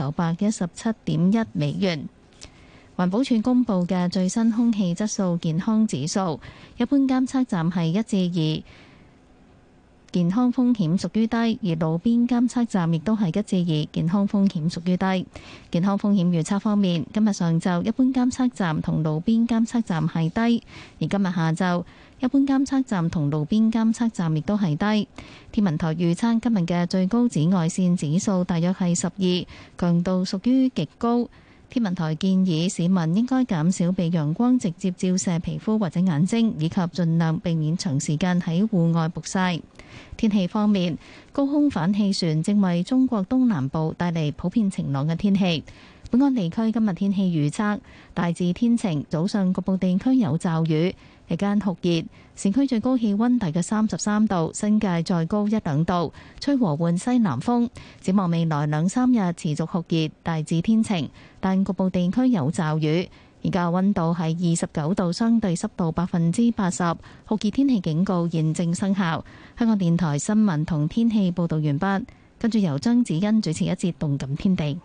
1917.1美元。環保署公布嘅最新空氣質素健康指數，一般監測站係1至2。健康風險屬於低，而路邊監測站亦都係1至2，健康風險屬於低。健康風險預測方面，今日上晝一般監測站同路邊監測站係低，而今日下晝一般監測站同路邊監測站亦都係低。天文台預測今日嘅最高紫外線指數大約係12，強度屬於極高。天文台建議市民應該減少被陽光直接照射皮膚或者眼睛，以及盡量避免長時間喺戶外曝曬。天氣方面，高空反氣旋正為中國東南部帶嚟普遍晴朗嘅天氣。本港地區今日天氣預測大致天晴，早上局部地區有驟雨，日間酷熱，市區最高氣溫大約33度，新界再高1-2度，吹和緩西南風。展望未來2-3日持續酷熱，大致天晴，但局部地區有驟雨。而家溫度係29度，相對濕度80%，酷熱天氣警告現正生效。香港電台新聞同天氣報道完畢，跟住由張子欣主持一節動感天地。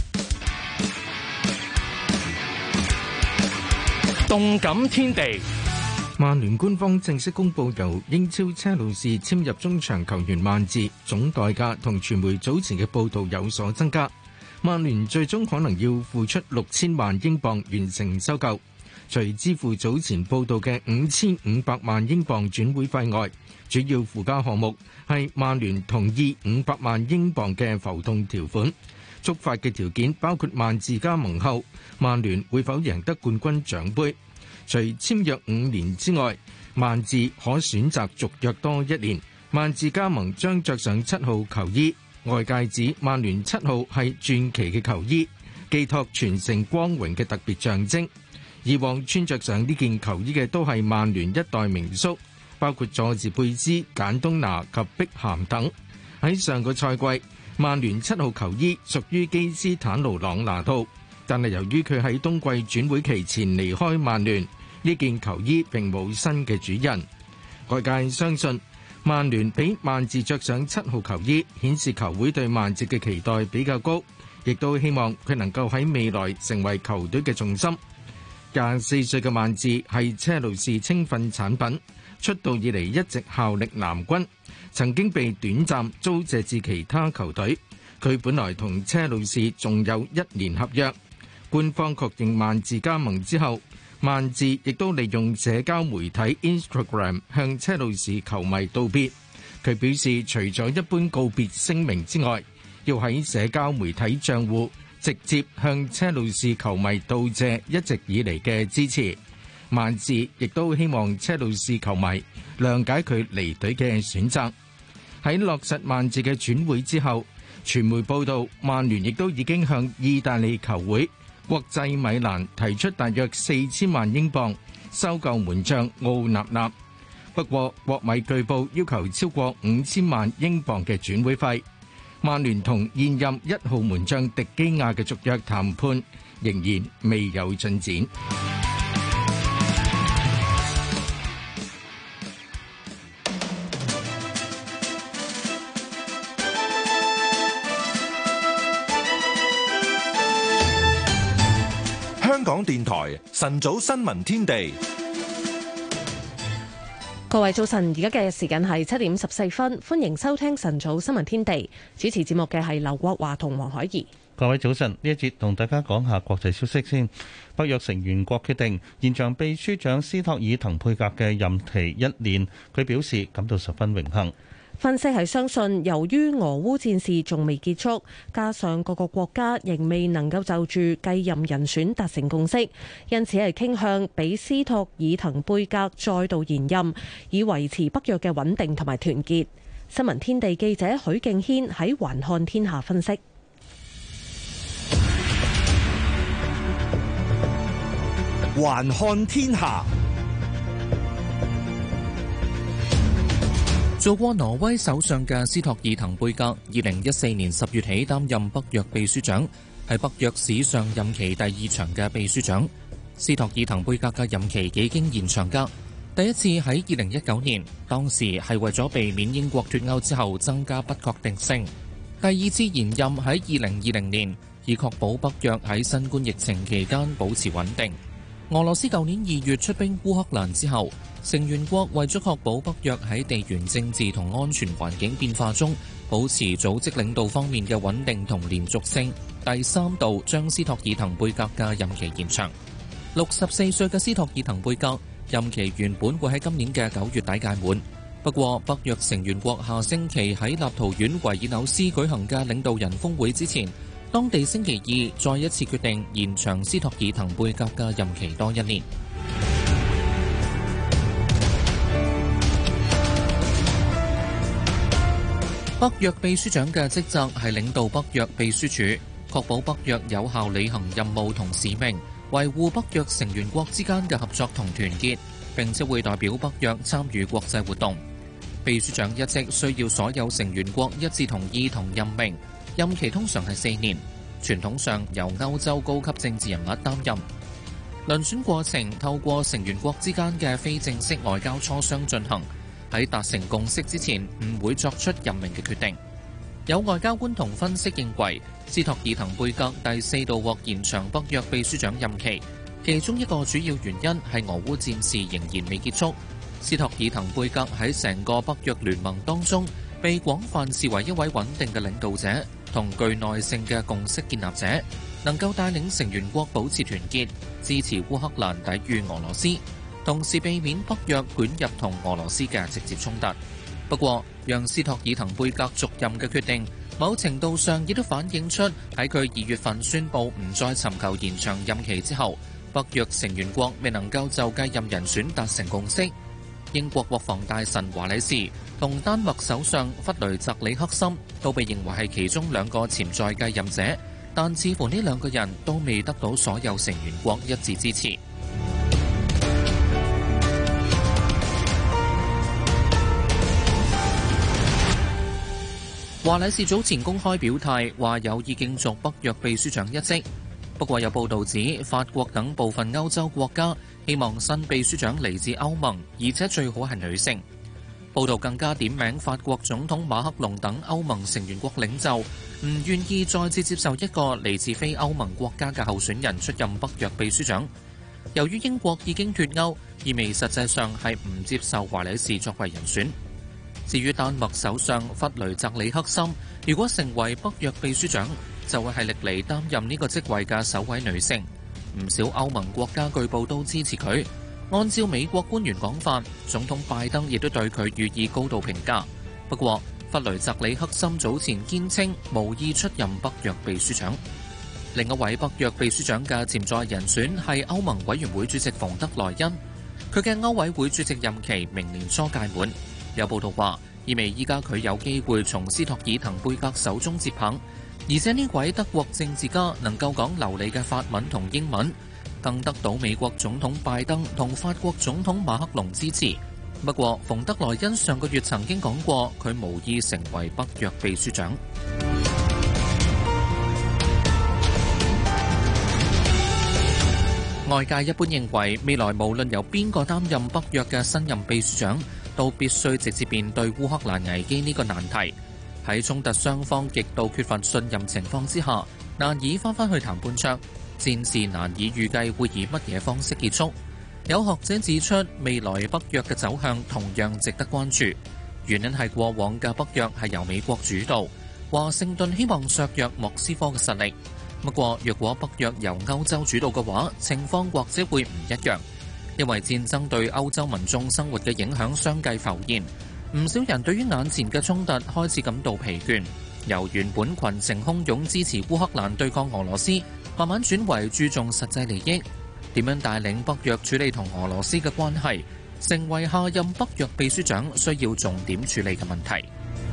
動感天地， 曼聯官方正式公布由英超車路士簽入中場球員曼治，總代價同傳媒早前嘅報道有所增加。曼聯最終可能要付出6000萬英鎊完成收購，除支付早前報道嘅5500萬英鎊轉會費外，主要附加項目係曼聯同意500萬英鎊嘅浮動條款。觸發嘅條件包括曼治加盟後，曼聯會否贏得冠軍獎盃。除簽約5年之外，曼治可選擇續約多1年。曼治加盟將着上7號球衣。外界指曼聯7號係傳奇嘅球衣，寄託傳承光榮嘅特別象徵。以往穿着上呢件球衣嘅都係曼聯一代名宿，包括佐治貝斯、簡東拿及碧咸等。喺上個賽季，曼聯7號球衣屬於基斯坦奴朗拿度，但係由於佢喺冬季轉會期前離開曼聯，呢件球衣並冇新嘅主人。外界相信曼聯俾曼治着上7號球衣，顯示球會對曼治嘅期待比較高，亦都希望佢能夠喺未來成為球隊嘅重心。24歲嘅曼治係車路士青訓產品，出道以嚟一直效力藍軍，曾經被短暫租借至其他球隊。佢本來同車路士仲有1年合約。官方確認曼治加盟之後，曼治亦都利用社交媒體 Instagram 向車路士球迷道別。佢表示，除咗一般告別聲明之外，要喺社交媒體賬戶直接向車路士球迷道謝一直以嚟嘅支持。曼治亦都希望車路士球迷諒解佢離隊嘅選擇。喺落實曼治嘅轉會之後，傳媒報道曼聯亦都已經向意大利球會國際米蘭提出大約4000萬英鎊收購門將奧納納，不過國米據報要求超過5000萬英鎊嘅轉會費。曼聯同現任1號門將迪基亞嘅續約談判仍然未有進展。 香港電台晨早新聞天地， 各位早晨，而家嘅時間係7:14，歡迎收聽晨早新聞天地。主持節目嘅係劉國華同黃海怡。 各位早晨，呢一節同大家講下國際消息先。北約成員國決定延長秘書長斯托爾滕貝格嘅任期1年，佢表示感到十分榮幸。 分析係相信，由於俄烏戰事仲未結束，加上各個國家仍未能夠就住繼任人選達成共識，因此係傾向俾斯托爾滕貝格再度延任，以維持北約嘅穩定同埋團結。新聞天地記者許敬軒喺環看天下分析。 環看天下。 做過挪威首相嘅斯托爾滕貝格，2014年10月起擔任北約秘書長，係北約史上任期第2長嘅秘書長。斯托爾滕貝格嘅任期幾經延長㗎，第一次喺2019年，當時係為咗避免英國脫歐之後增加不確定性；第二次延任喺2020年，以確保北約喺新冠疫情期間保持穩定。俄羅斯舊年2月出兵烏克蘭之後，成員國為咗確保北約喺地緣政治同安全環境變化中保持組織領導方面嘅穩定同連續性，第3度將斯托爾滕貝格嘅任期延長。64歲嘅斯托爾滕貝格任期原本會喺今年嘅9月底屆滿，不過北約成員國下星期喺立陶宛維爾紐斯舉行嘅領導人峰會之前，當地星期二再一次決定延長斯托爾滕貝格嘅任期多1年。北約秘書長嘅職責係領導北約秘書處，確保北約有效履行任務同使命，維護北約成員國之間嘅合作同團結，並且會代表北約參與國際活動。秘書長一職需要所有成員國一致同意同任命，任期通常係4年，傳統上由歐洲高級政治人物擔任。遴選過程透過成員國之間嘅非正式外交磋商進行，喺達成共識之前唔會作出任命嘅決定。有外交官同分析認為，斯托爾滕貝格第4度獲延長北約秘書長任期，其中一個主要原因係俄烏戰事仍然未結束。斯托爾滕貝格喺成個北約聯盟當中被廣泛視為一位穩定嘅領導者同具耐性嘅共識建立者，能夠帶領成員國保持團結，支持烏克蘭抵禦俄羅斯，同時避免北約捲入同俄羅斯嘅直接衝突。不過，讓斯托爾滕貝格續任嘅決定，某程度上亦都反映出喺佢2月份宣布唔再尋求延長任期之後，北約成員國未能夠就繼任人選達成共識。英國國防大臣華禮士同丹麥首相弗雷澤里克森都被認為係其中2個潛在繼任者，但似乎呢2個人都未得到所有成員國一致支持。華禮士早前公開表態，話有意競逐北約秘書長一職。不過有報導指，法國等部分歐洲國家希望新秘書長嚟自歐盟，而且最好係女性。報導更加點名法國總統馬克龍等歐盟成員國領袖，唔願意再次接受一個嚟自非歐盟國家嘅候選人出任北約秘書長。由於英國已經脫歐，意味實際上係唔接受華禮士作為人選。至於丹麥首相弗雷澤里克森，如果成為北約秘書長，就會係歷嚟擔任呢個職位嘅首位女性。唔少歐盟國家據報都支持佢。按照美國官員講法，總統拜登亦都對佢予以高度評價。不過，弗雷澤里克森早前堅稱無意出任北約秘書長。另一位北約秘書長嘅潛在人選係歐盟委員會主席馮德萊恩，佢嘅歐委會主席任期明年初屆滿。有報道話，意味依家佢有機會從斯托爾滕貝格手中接棒，而且呢位德國政治家能夠講流利嘅法文同英文，更得到美國總統拜登同法國總統馬克龍支持。不過，馮德萊恩上個月曾經講過，佢無意成為北約秘書長。外界一般認為，未來無論由邊個擔任北約嘅新任秘書長，都必須直接面對烏克蘭危機呢個難題。喺衝突雙方極度缺乏信任情況之下，難以翻返去談判桌，戰事難以預計會以乜嘢方式結束。 有學者指出，未來北約嘅走向同樣值得關注，原因係過往嘅北約係由美國主導，華盛頓希望削弱莫斯科嘅實力。不過，若果北約由歐洲主導嘅話，情況或者會唔一樣，因為戰爭對歐洲民眾生活嘅影響相繼浮現，唔少人對於眼前嘅衝突開始感到疲倦，由原本群情洶湧支持烏克蘭對抗俄羅斯，慢慢轉為注重實際利益。點樣帶領北約處理同俄羅斯嘅關係，成為下任北約秘書長需要重點處理嘅問題。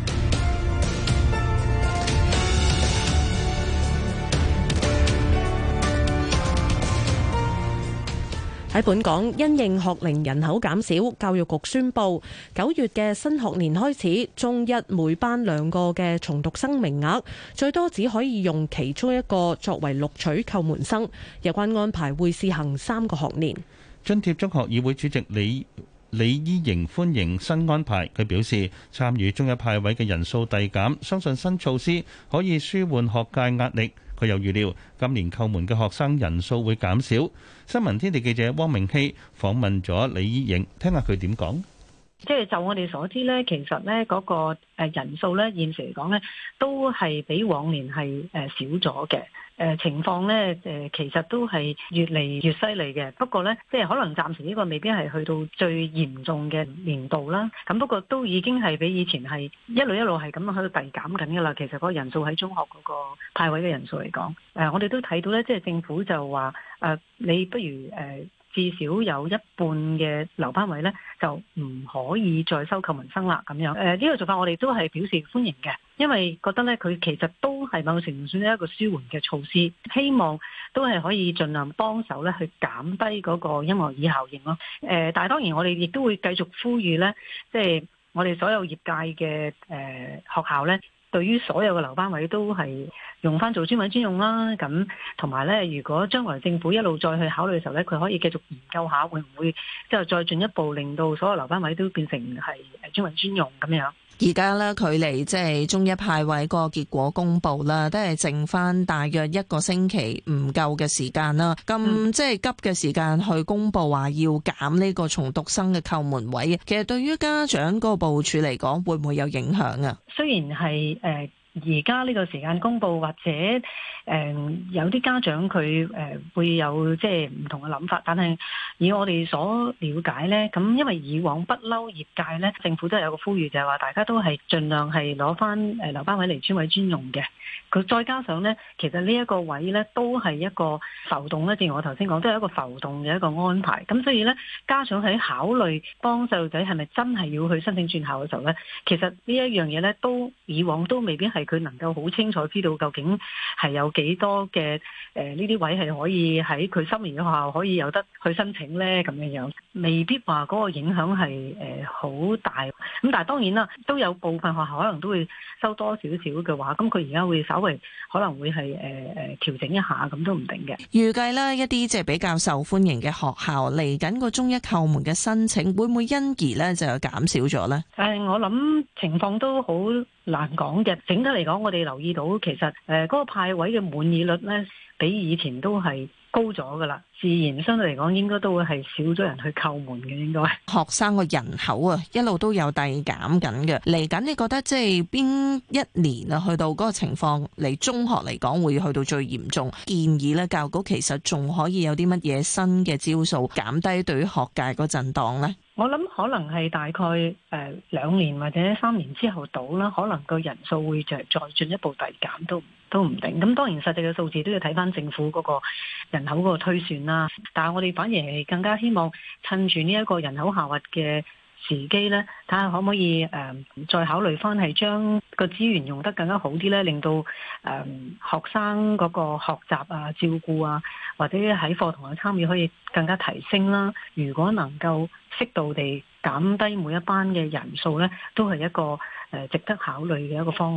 喺本港，因應學齡人口減少，教育局宣布9月嘅新學年開始，中一每班2個嘅重讀生名額，最多只可以用其中一個作為錄取叩門生。有關安排會試行3個學年。 津貼中學議會主席李依瑩歡迎新安排，佢表示參與中一派位嘅人數遞減，相信新措施可以舒緩學界壓力。佢又預料今年叩門嘅學生人數會減少。新聞天地記者汪明希訪問咗李依瑩，聽下佢點講。 即係就我哋所知呢，其實呢嗰個人數呢，現時嚟講呢，都係比往年係少咗嘅。情況呢，其實都係越嚟越犀利嘅。不過呢，即係可能暫時呢個未必係去到最嚴重嘅年度啦。咁不過都已經係比以前係一路係咁樣喺度遞減緊㗎啦。其實嗰個人數喺中學嗰個派位嘅人數嚟講，我哋都睇到呢，即係政府就話你不如至少有一半嘅留班位呢，就唔可以再收叩門生啦。咁樣呢個做法我哋都係表示歡迎嘅，因為覺得呢，佢其實都係某程度算係一個舒緩嘅措施，希望都係可以盡量幫手呢去減低嗰個音樂椅效應咯。但係當然我哋亦都會繼續呼籲呢，即係我哋所有業界嘅學校呢，對於所有嘅留班位都係用翻做專位專用啦，咁同埋呢，如果將來政府一路再去考慮嘅時候呢，佢可以繼續研究下會唔會之後再進一步令到所有留班位都變成係專位專用咁樣。 而家呢，距離即係中一派位個結果公佈啦，都係剩翻大約1個星期唔夠嘅時間啦。咁即係急嘅時間去公佈話要減呢個重讀生嘅叩門位，其實對於家長個部署嚟講，會唔會有影響啊？ 雖然係而家呢個時間公佈，或者有啲家長佢會有即係唔同嘅諗法，但係以我哋所了解呢，咁因為以往不嬲業界呢，政府都係有個呼籲，就係話大家都係盡量係攞翻留班位嚟專位專用嘅。佢再加上呢，其實呢一個位呢都係一個浮動呢，正如我頭先講，都係一個浮動嘅一個安排。咁所以呢，家長喺考慮幫細路仔係咪真係要去申請轉校嘅時候呢，其實呢一樣嘢呢，都以往都未必係佢能夠好清楚知道究竟係有幾多嘅呢啲位係可以喺佢心儀嘅學校可以有得去申請呢，咁樣未必話嗰個影響係好大。咁但係當然啦，都有部分學校可能都會收多少少嘅話，咁佢而家會稍微可能會係調整一下，咁都唔定嘅。 預計呢一啲即係比較受歡迎嘅學校嚟緊個中一叩門嘅申請，會唔會因而呢就有減少咗呢？ 我諗情況都好難講嘅。整體嚟講，我哋留意到其實嗰個派位嘅滿意率呢，比以前都係高咗噶啦，自然相對嚟講應該都會係少咗人去叩門嘅。應該學生個人口啊一路都有遞減緊嘅，嚟緊你覺得即係邊一年啊去到嗰個情況嚟中學嚟講會去到最嚴重？建議咧教育局其實仲可以有啲乜嘢新嘅招數減低對於學界個震盪呢？ 我諗可能係大概2年或者3年之後到啦，可能個人數會再進一步遞減都唔定。咁當然實際嘅數字都要睇翻政府嗰個人口嗰個推算啦。但係我哋反而係更加希望趁住呢一個人口下滑嘅時機呢，睇下可唔可以再考慮翻係將個資源用得更加好啲呢，令到學生嗰個學習啊、照顧啊，或者喺課堂嘅參與可以更加提升啦。如果能夠適度地減低每一班嘅人數呢，都係一個值得考慮嘅一個方案啦。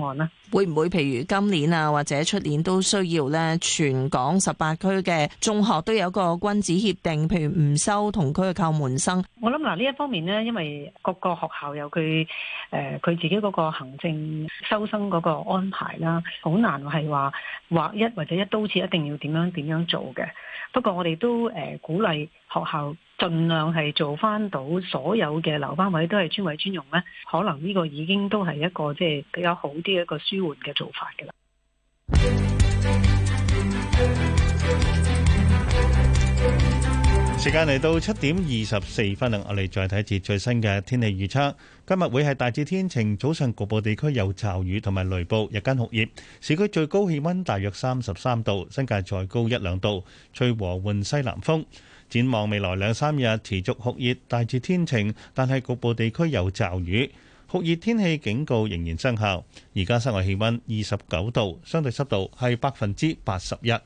會唔會譬如今年啊或者出年都需要咧全港18區嘅中學都有個君子協定，譬如唔收同區嘅叩門生？ 我諗呢一方面呢，因為各個學校有佢自己嗰個行政收生嗰個安排啦，好難係話劃一或者一刀切一定要點樣做嘅。不過我哋都鼓勵學校盡量係做翻到所有嘅留班位都係專位專用咧，可能呢個已經都係一個即係比較好啲一個舒緩嘅做法嘅啦。 時間嚟到7:24分啦，我哋再睇一節最新嘅天氣預測。今日會係大致天晴，早上局部地區有驟雨同埋雷暴，日間酷熱，市區最高氣溫大約33度，新界再高1-2度，吹和緩西南風。展望未來2-3日持續酷熱，大致天晴，但係局部地區有驟雨，酷熱天氣警告仍然生效。而家室外氣溫29度，相對濕度係81%。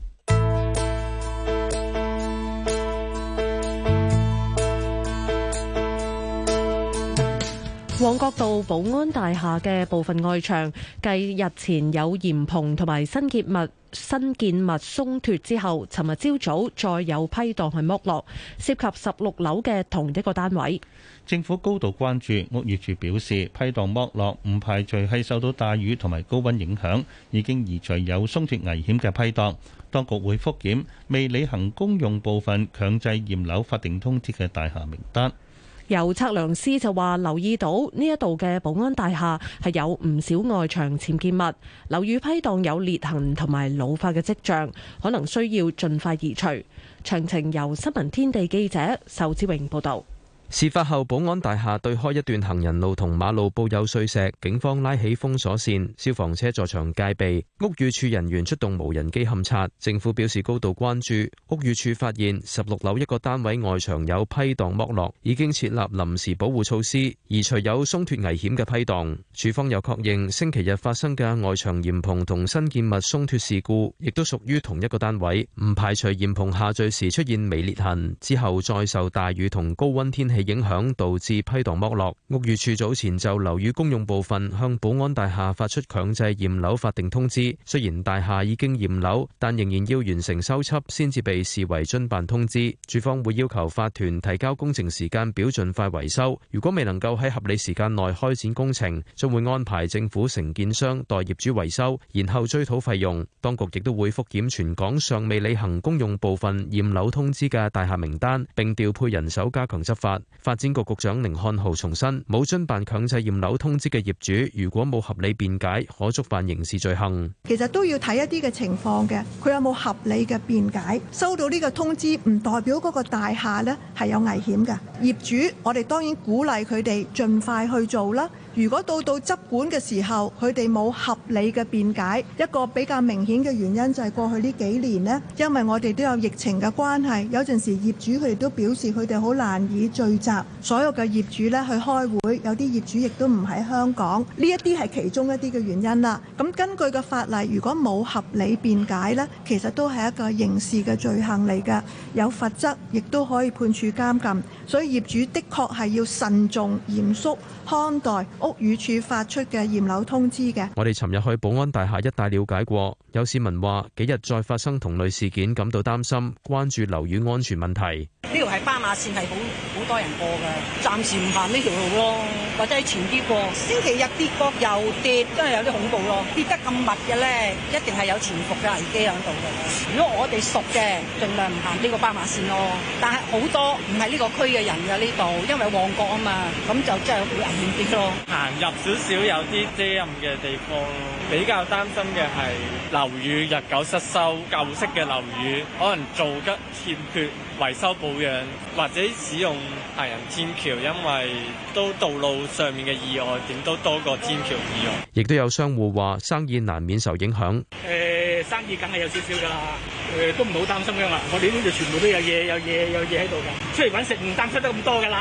旺角道寶安大廈嘅部分外牆繼日前有簷篷同埋新建物鬆脱之後，尋日朝早再有批盪係剝落，涉及16樓嘅同一個單位。 政府高度關注，屋宇署表示批盪剝落唔排除係受到大雨同埋高溫影響，已經移除有鬆脱危險嘅批盪。當局會復檢未履行公用部分強制驗樓法定通知嘅大廈名單。 有測量師就話留意到呢一度嘅寶安大廈係有唔少外牆僭建物，樓宇批盪有裂痕同埋老化嘅跡象，可能需要盡快移除。詳情由新聞天地記者仇志榮報道。 事發後，寶安大廈對開一段行人路同馬路布有碎石，警方拉起封鎖線，消防車在場戒備，屋宇署人員出動無人機勘察。政府表示高度關注，屋宇署發現16樓一個單位外牆有批盪剝落，已經設立臨時保護措施，移除有鬆脱危險嘅批盪。署方又確認星期日發生嘅外牆簷篷同新建物鬆脱事故，亦都屬於同一個單位，唔排除簷篷下墜時出現微裂痕，之後再受大雨同高溫天氣影響導致批盪剝落。屋宇署早前就樓宇公用部分向寶安大廈發出強制驗樓法定通知，雖然大廈已經驗樓，但仍然要完成修葺先至被視為遵辦通知。署方會要求法團提交工程時間表，盡快維修。如果未能夠喺合理時間內開展工程，將會安排政府承建商代業主維修，然後追討費用。當局亦都會復檢全港尚未履行公用部分驗樓通知嘅大廈名單，並調配人手加強執法。發展局局長甯漢豪重申，冇遵辦強制驗樓通知嘅業主，如果冇合理辯解，可觸犯刑事罪行。 其實都要睇一啲嘅情況嘅，佢有冇合理嘅辯解？收到呢個通知唔代表嗰個大廈呢係有危險嘅。業主，我哋當然鼓勵佢哋盡快去做啦。如果到執管嘅時候，佢哋冇合理嘅辯解，一個比較明顯嘅原因就係過去呢幾年呢，因為我哋都有疫情嘅關係，有陣時業主佢哋都表示佢哋好難以聚集所有嘅業主呢去開會，有啲業主亦都唔喺香港，呢一啲係其中一啲嘅原因啦。咁根據個法例，如果冇合理辯解呢，其實都係一個刑事嘅罪行嚟㗎，有罰則，亦都可以判處監禁。所以業主的確係要慎重嚴肅看待屋宇署發出嘅驗樓通知嘅。我哋尋日去寶安大廈一帶了解過，有市民話幾日再發生同類事件感到擔心，關注樓宇安全問題。 呢條係斑馬線，係好多人過嘅，暫時唔行呢條路咯，或者喺前啲過。星期日跌過又跌，真係有啲恐怖咯。跌得咁密嘅咧，一定係有潛伏嘅危機喺度嘅。如果我哋熟嘅，盡量唔行呢個斑馬線咯。但係好多唔係呢個區嘅人嘅呢度，因為旺角啊嘛，咁就真係好危險啲咯。 行入少少有啲遮陰嘅地方咯，比較擔心嘅係樓宇日久失修，舊式嘅樓宇可能做得欠缺維修保養，或者使用行人天橋，因為都道路上面嘅意外點都多過天橋意外。 亦都有商戶話生意難免受影響。 生意梗係有少少㗎啦，都唔好擔心㗎嘛。我哋呢度全部都有嘢喺度㗎，出嚟揾食唔擔心得咁多㗎啦。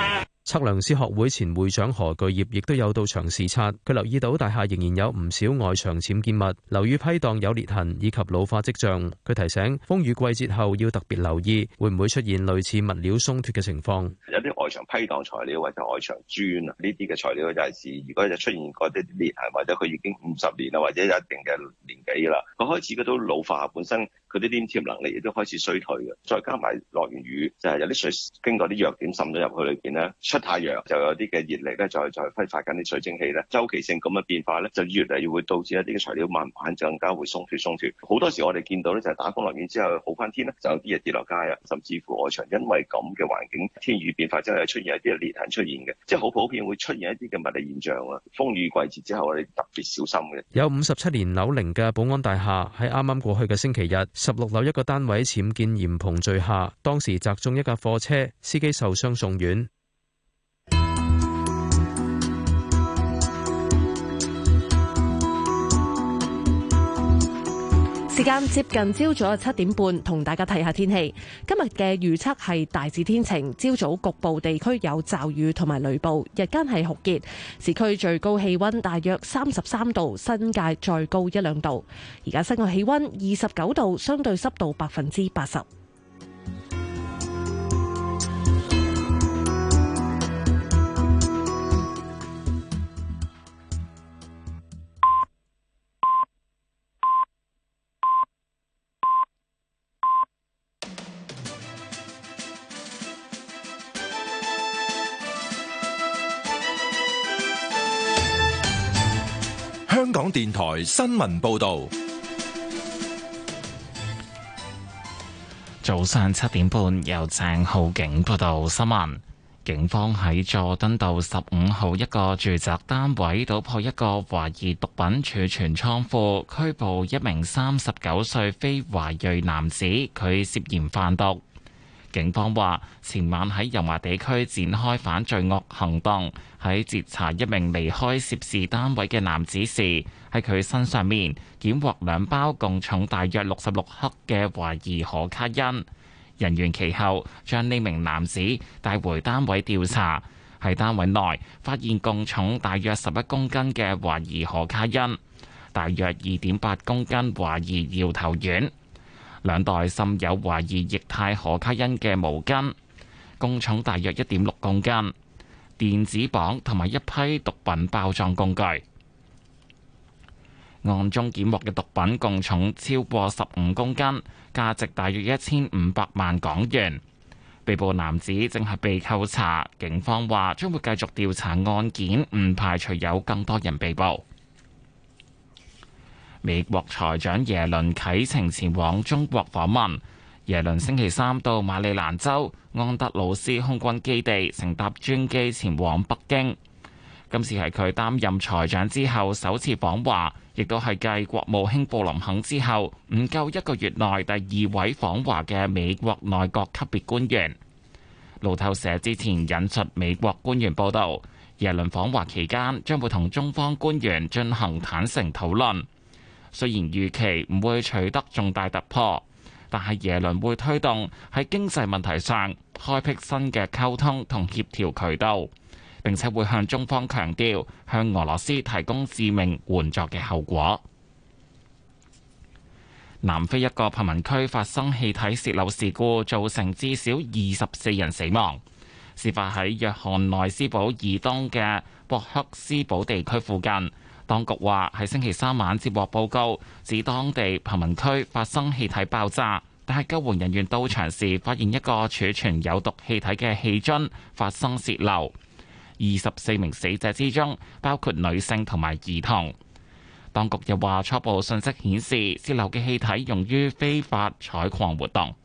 測量師學會前會長何巨業亦都有到場視察，佢留意到大廈仍然有唔少外牆僭建物，樓宇批盪有裂痕以及老化跡象。佢提醒風雨季節後要特別留意，會唔會出現類似物料鬆脱嘅情況。 有啲外牆批盪材料或者外牆磚啊，呢啲嘅材料就係如果就出現過啲裂痕，或者佢已經50年啦，或者有一定嘅年紀啦，佢開始嗰都老化，本身佢啲黏貼能力亦都開始衰退嘅。再加埋落完雨，就係有啲水經過啲弱點滲咗入去裏邊咧，出太陽就有啲嘅熱力咧，再揮發緊啲水蒸氣咧，周期性咁嘅變化咧，就越嚟越會導致一啲嘅材料慢慢更加會鬆脱。好多時我哋見到咧，就係打風落雨之後好翻天咧，就有啲嘢跌落街啊，甚至乎外牆因為咁嘅環境天雨變化之後，出現一啲裂痕出現嘅，即係好普遍會出現一啲嘅物理現象啊。風雨季節之後，我哋特別小心嘅。 有57年樓齡嘅寶安大廈喺啱啱過去嘅星期日，16樓一個單位僭建簷篷墜下，當時砸中一架貨車，司機受傷送院。 時間接近朝早7點半，同大家睇下天氣。今日嘅預測係大致天晴，朝早局部地區有驟雨同埋雷暴，日間係酷熱，市區最高氣溫大約33度，新界再高1-2度。而家室外氣溫29度，相對濕度80%。 香港電台新聞報道， 早上7點半由鄭浩景報道新聞。警方喺佐敦道15號一個住宅單位搗破一個懷疑毒品儲存倉庫，拘捕一名39歲非華裔男子，佢涉嫌販毒。警方話，前晚喺油麻地區展開反罪惡行動，喺截查一名離開涉事單位嘅男子時，喺佢身上面檢獲2包共重大約66克嘅懷疑可卡因。人員其後將呢名男子帶回單位調查，喺單位內發現共重大約11公斤嘅懷疑可卡因，大約2.8公斤懷疑搖頭丸。2袋滲有懷疑液態可卡因嘅毛巾，共重大約1.6公斤；電子磅同埋一批毒品包裝工具。案中檢獲嘅毒品共重超過15公斤，價值大約1500萬港元。被捕男子正係被扣查，警方話將會繼續調查案件，唔排除有更多人被捕。美國財長耶倫啟程前往中國訪問。耶倫星期三到馬里蘭州安德魯斯空軍基地乘搭專機前往北京。今次係佢擔任財長之後首次訪華，亦都係繼國務卿布林肯之後唔夠1個月內第2位訪華嘅美國內閣級別官員。路透社之前引述美國官員報道，耶倫訪華期間將會同中方官員進行坦誠討論。雖然預期唔會取得重大突破，但係耶倫會推動喺經濟問題上開闢新嘅溝通同協調渠道，並且會向中方強調向俄羅斯提供致命援助嘅後果。南非一個貧民區發生氣體洩漏事故，造成至少24人死亡。事發喺約翰內斯堡以東嘅博克斯堡地區附近。當局話喺星期三晚接獲報告，指當地貧民區發生氣體爆炸，但係救援人員到場時發現一個儲存有毒氣體嘅氣樽發生洩漏。24名死者之中包括女性同埋兒童。當局又話初步信息顯示，洩漏嘅氣體用於非法採礦活動。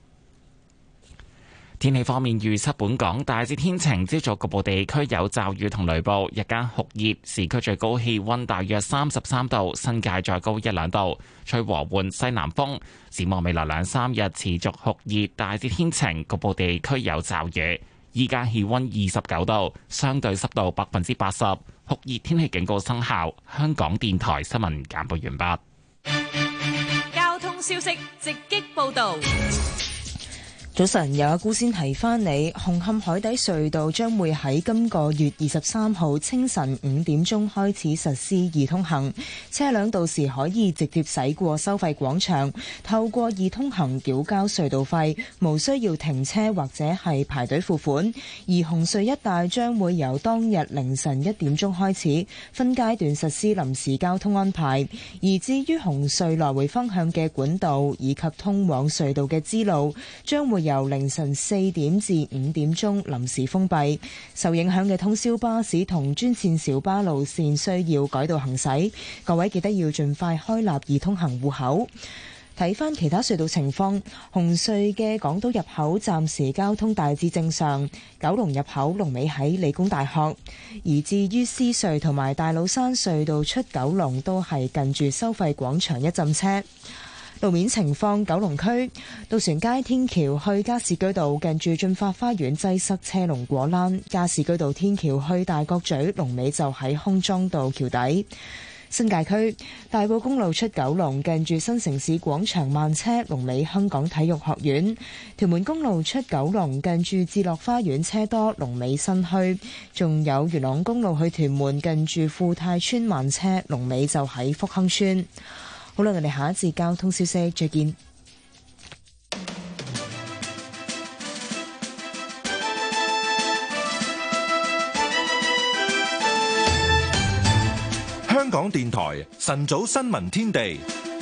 天氣方面預測，本港大致天晴，朝早局部地區有驟雨同雷暴，日間酷熱，市區最高氣溫大約33度，新界再高1-2度，吹和緩西南風。展望未來2-3日持續酷熱，大致天晴，局部地區有驟雨。依家氣溫29度，相對濕度80%，酷熱天氣警告生效。香港電台新聞簡報完畢。 交通消息直擊報道。 早晨，有阿姑先提翻你，紅磡海底隧道將會喺今個月23號清晨5點鐘開始實施易通行，車輛到時可以直接駛過收費廣場，透過易通行繳交隧道費，無需要停車或者係排隊付款。而紅隧一帶將會由當日凌晨1點鐘開始分階段實施臨時交通安排，而至於紅隧來回方向嘅管道以及通往隧道嘅支路，將會由凌晨4點至5點鐘臨時封閉，受影響嘅通宵巴士同專線小巴路線需要改道行駛，各位記得要盡快開立易通行戶口。睇返其他隧道情況，紅隧嘅港島入口暫時交通大致正常，九龍入口龍尾喺理工大學，而至於獅隧同埋大老山隧道出九龍都係近住收費廣場一陣車。路面情況，九龍區渡船街天橋去加士居道近住駿發花園擠塞車龍果欄，加士居道天橋去大角咀龍尾就喺康莊道橋底。新界區大埔公路出九龍近住新城市廣場慢車龍尾香港體育學院，屯門公路出九龍近住置樂花園車多龍尾新墟，仲有元朗公路去屯門近住富泰村慢車龍尾就喺福亨村。好啦，我哋下一節交通消息再見。 香港電台晨早新聞天地，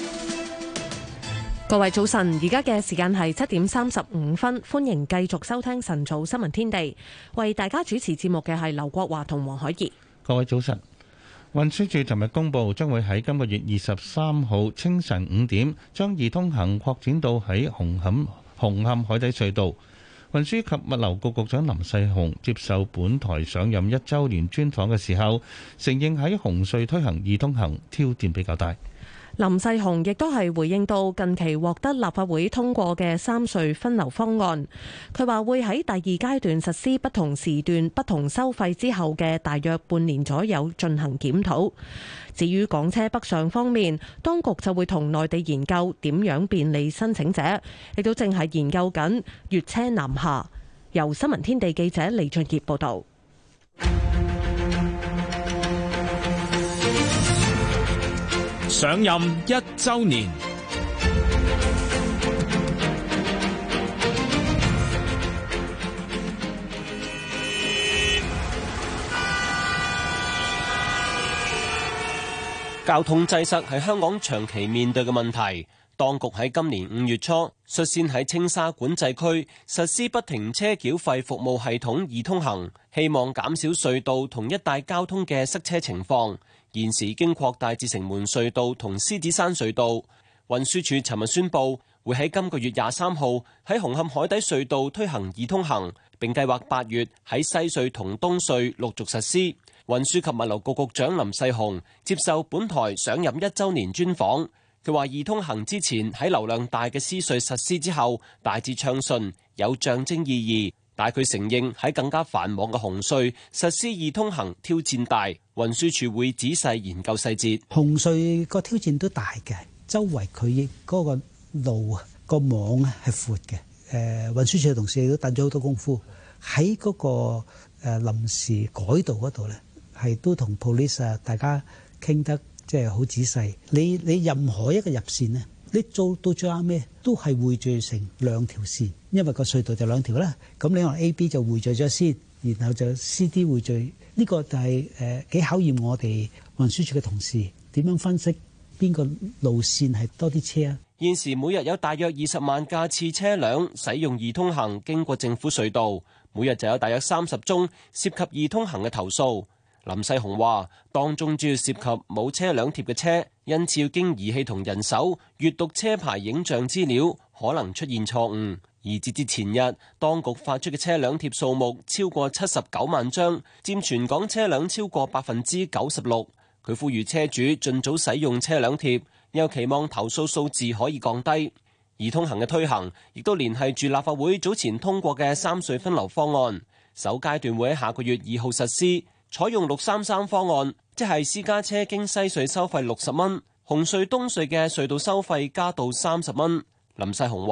各位早晨，而家嘅時間係7點35分，歡迎繼續收聽晨早新聞天地。為大家主持節目嘅係劉國華同黃海怡。 各位早晨。運輸署尋日公布，將會喺今個月23號清晨5點，將易通行擴展到喺紅磡海底隧道。運輸及物流局局長林世雄接受本台上任1週年專訪嘅時候，承認喺紅隧推行易通行挑戰比較大。 林世雄亦都係回應到近期獲得立法會通過嘅三隧分流方案，佢話會喺第二階段實施不同時段不同收費之後嘅大約半年左右進行檢討。至於港車北上方面，當局就會同內地研究點樣便利申請者，亦都正係研究緊粵車南下。由新聞天地記者李俊傑報導。 上任1週年， 交通擠塞係香港長期面對嘅問題。當局喺今年5月初率先喺青沙管制區實施不停車繳費服務系統易通行，希望減少隧道同一帶交通嘅塞車情況。現時已經擴大至城門隧道同獅子山隧道。運輸署尋日宣布，會喺今個月23號喺紅磡海底隧道推行易通行，並計劃8月喺西隧同東隧陸續實施。運輸及物流局局長林世雄接受本台上任1週年專訪，佢話易通行之前喺流量大嘅獅隧實施之後，大致暢順，有象徵意義。但佢承認喺更加繁忙嘅紅隧實施易通行挑戰大，運輸署會仔細研究細節。 紅隧個挑戰都大嘅，周圍佢嗰個路個網係闊嘅。運輸署嘅同事亦都揼咗好多功夫喺嗰個臨時改道嗰度咧，係都同 police 啊大家傾得即係好仔細。你任何一個入線呢，你做到最啱咩都係匯聚成兩條線，因為個隧道就兩條啦。咁你可能 A、B 就匯聚咗先，然後就 C、D 匯聚。呢個就係幾考驗我哋運輸署嘅同事點樣分析邊個路線係多啲車啊。 現時每日有大約20萬架次車輛使用易通行經過政府隧道，每日就有大約30宗涉及易通行嘅投訴。林世雄話：當中主要涉及冇車輛貼嘅車，因此要經儀器同人手閱讀車牌影像資料，可能出現錯誤。而截至前日，當局發出嘅車輛貼數目超過79萬張，佔全港車輛超過96%。佢呼籲車主盡早使用車輛貼，又期望投訴數字可以降低。易通行嘅推行亦都聯繫住立法會早前通過嘅三隧分流方案，首階段會喺下個月2號實施。採用633方案，即係私家車經西隧收費60蚊，紅隧東隧嘅隧道收費加到30蚊。林世雄話：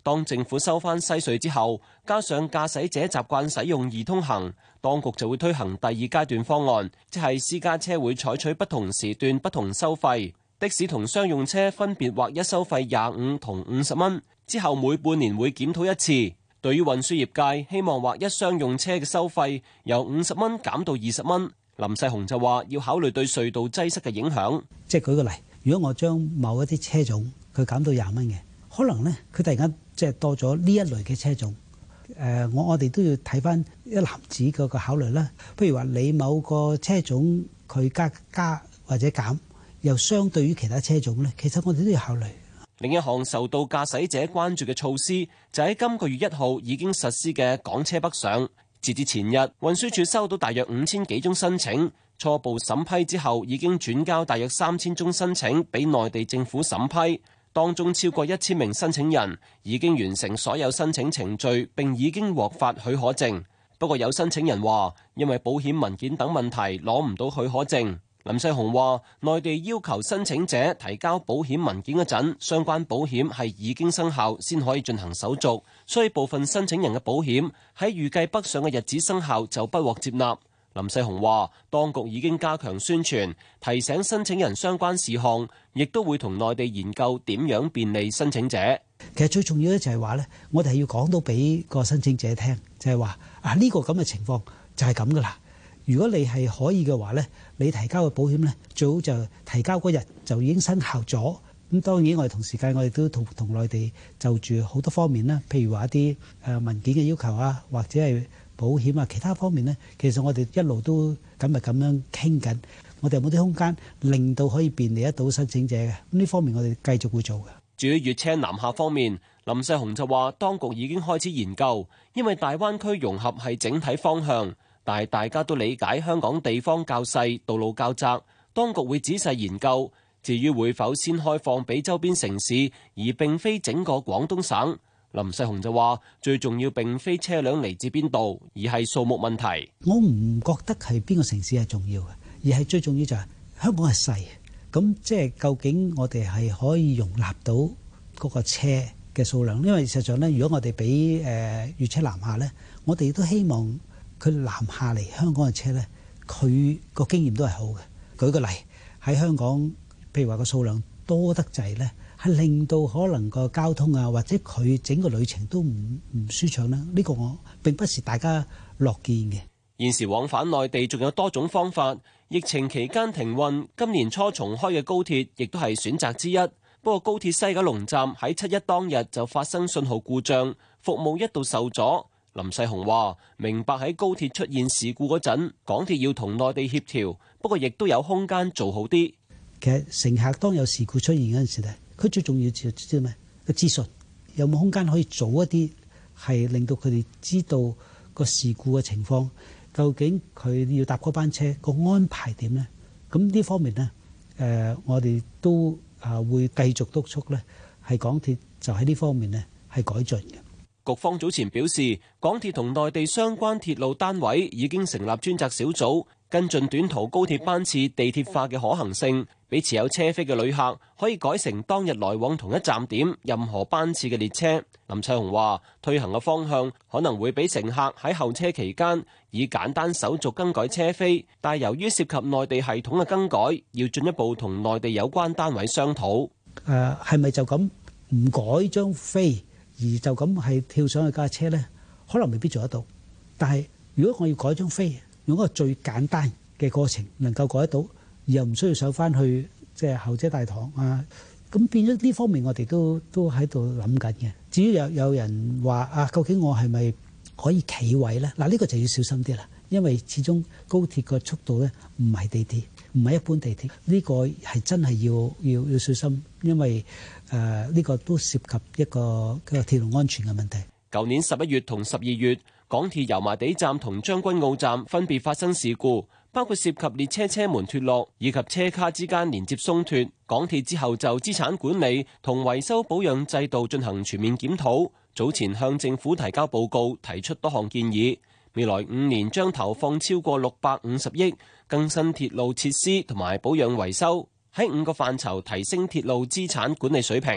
當政府收返西隧之後，加上駕駛者習慣使用易通行，當局就會推行第二階段方案，即係私家車會採取不同時段不同收費，的士同商用車分別劃一收費25同50蚊，之後每半年會檢討一次。對於運輸業界，希望劃一商用車嘅收費由50蚊減到20蚊。林世雄就話要考慮對隧道擠塞嘅影響。 即係舉個例，如果我將某一啲車種佢減到20蚊嘅，可能呢，佢突然間即係多咗呢一類嘅車種。我哋都要睇翻一籃子嗰個考慮啦。譬如話你某個車種佢加或者減，又相對於其他車種呢，其實我哋都要考慮。 另一項受到駕駛者關注嘅措施，就喺今個月1號已經實施嘅港車北上。截至前日，運輸署收到大約5000幾宗申請，初步審批之後已經轉交大約3000宗申請俾內地政府審批，當中超過1000名申請人已經完成所有申請程序，並已經獲發許可證。不過有申請人話，因為保險文件等問題攞唔到許可證。林世雄話，內地要求申請者提交保險文件嗰陣，相關保險係已經生效先可以進行手續，所以部分申請人嘅保險喺預計北上嘅日子生效就不獲接納。林世雄話，當局已經加強宣傳，提醒申請人相關事項，亦都會同內地研究點樣便利申請者。 其實最重要咧就係話咧，我哋係要講到俾個申請者聽，就係話呢個咁嘅情況就係咁噶啦。如果你係可以嘅話咧，你提交嘅保險咧，最好就提交嗰日就已經生效咗。咁當然我哋同時間我哋都同內地就住好多方面啦，譬如話一啲文件嘅要求啊，或者係保險啊，其他方面咧，其實我哋一路都咁樣傾緊。我哋有冇啲空間令到可以便利得到申請者嘅？咁呢方面我哋繼續會做嘅。 至於粵車南下方面，林世雄就話，當局已經開始研究，因為大灣區融合係整體方向。但係大家都理解香港地方較細，道路較窄，當局會仔細研究。至於會否先開放俾周邊城市，而並非整個廣東省，林世雄就話最重要並非車輛嚟自邊度，而係數目問題。 我唔覺得係邊個城市係重要嘅，而係最重要就係香港係細，咁即係究竟我哋係可以容納到嗰個車嘅數量。因為實際上咧，如果我哋俾粵車南下咧，我哋都希望佢南下嚟香港嘅車呢，佢個經驗都係好嘅。舉個例，喺香港，譬如話個數量多得滯呢，係令到可能個交通啊，或者佢整個旅程都唔舒暢啦。呢個我並不是大家樂見嘅。 現時往返內地仲有多種方法，疫情期間停運，今年初重開嘅高鐵亦都係選擇之一。不過高鐵西九龍站喺7·1當日就發生信號故障，服務一度受阻。林世雄話：明白喺高鐵出現事故嗰陣，港鐵要同內地協調，不過亦都有空間做好啲。 其實乘客當有事故出現嗰陣時咧，佢最重要就知咩？個資訊有冇空間可以早一啲，係令到佢哋知道個事故嘅情況，究竟佢要搭嗰班車個安排點呢？咁呢方面呢，我哋都會繼續督促呢，係港鐵就喺呢方面呢係改進嘅。 局方早前表示，港鐵同內地相關鐵路單位已經成立專責小組，跟進短途高鐵班次地鐵化嘅可行性，俾持有車飛嘅旅客可以改成當日來往同一站點任何班次嘅列車。林世雄話，推行嘅方向可能會俾乘客喺候車期間以簡單手續更改車飛，但由於涉及內地系統嘅更改，要進一步同內地有關單位商討。 係咪就咁唔改張飛？而就咁係跳上去架車呢，可能未必做得到。但係如果我要改張飛，用一個最簡單嘅過程能夠改得到，而又唔需要上翻去即係候車大堂啊，咁變咗呢方面我哋都喺度諗緊嘅。至於有人話究竟我係咪可以企位呢？嗱，呢個就要小心啲啦，因為始終高鐵個速度呢唔係地鐵，唔係一般地鐵，呢個係真係要小心，因為呢個都涉及一個鐵路安全嘅問題。 舊年11月同12月，港鐵油麻地站同將軍澳站分別發生事故，包括涉及列車車門脫落以及車卡之間連接鬆脫。港鐵之後就資產管理同維修保養制度進行全面檢討，早前向政府提交報告，提出多項建議。未來5年將投放超過650億，更新鐵路設施同埋保養維修，喺5個範疇提升鐵路資產管理水平。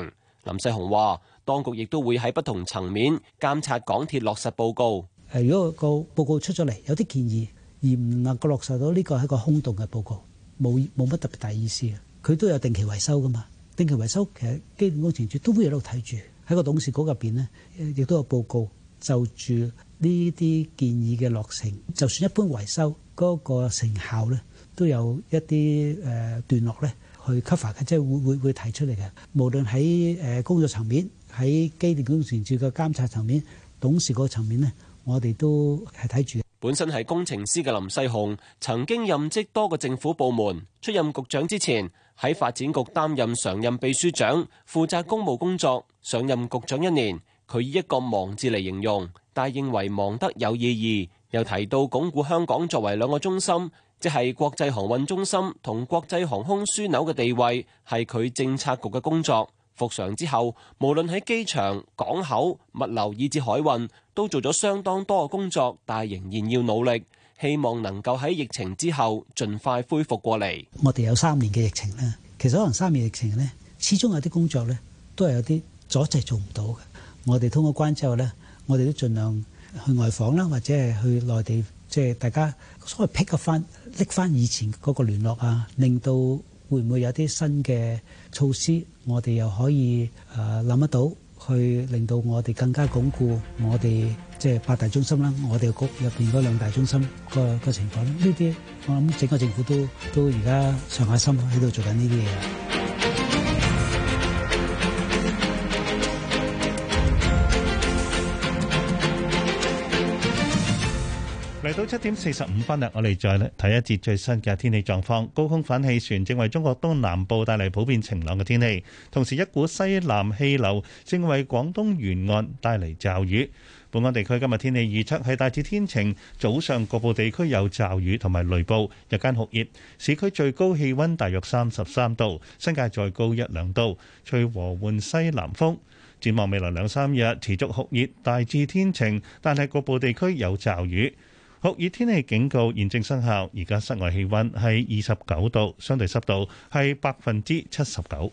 林世雄話，當局亦都會喺不同層面監察港鐵落實報告。 如果個報告出咗嚟有啲建議，而唔能夠落實到，呢個係一個空洞嘅報告，冇乜特別大意思嘅。佢都有定期維修噶嘛，定期維修其實機電工程署都會喺度睇住，喺個董事局入邊呢，亦都有報告就住呢啲建議嘅落成，就算一般維修嗰個成效呢，都有一啲段落呢去 cover 嘅，即係會提出嚟嘅。無論喺工作層面，喺機電工程署嘅監察層面，董事個層面呢，我哋都係睇住。 本身係工程師嘅林世雄，曾經任職多個政府部門。出任局長之前，喺發展局擔任常任秘書長，負責公務工作。上任局長1年，佢以一個忙字嚟形容，但係認為忙得有意義。又提到鞏固香港作為兩個中心，即係國際航運中心同國際航空樞紐嘅地位，係佢政策局嘅工作。復常之後，無論喺機場、港口、物流以至海運，都做咗相當多嘅工作，但係仍然要努力，希望能夠喺疫情之後盡快恢復過嚟。 我哋有3年嘅疫情咧，其實可能3年疫情咧，始終有啲工作咧都係有啲阻滯做唔到嘅。我哋通過關之後咧，我哋都盡量去外訪啦，或者係去內地，即係大家所謂 pick up 翻拎翻以前嗰個聯絡啊，令到會唔會有啲新嘅措施，我哋又可以諗得到，去令到我哋更加鞏固我哋即係8大中心啦，我哋局入邊嗰2大中心個情況。呢啲我諗整個政府都而家上下心喺度做緊呢啲嘢。 嚟到7點45分啦，我哋再睇一節最新嘅天氣狀況。高空反氣旋正為中國東南部帶嚟普遍晴朗嘅天氣，同時一股西南氣流正為廣東沿岸帶嚟驟雨。本港地區今日天氣預測係大致天晴，早上局部地區有驟雨同埋雷暴，日間酷熱，市區最高氣溫大約33度，新界再高1-2度，吹和緩西南風。展望未來2-3日持續酷熱，大致天晴，但係局部地區有驟雨。酷熱天氣警告現正生效，而家室外氣溫係29度，相對濕度係79%。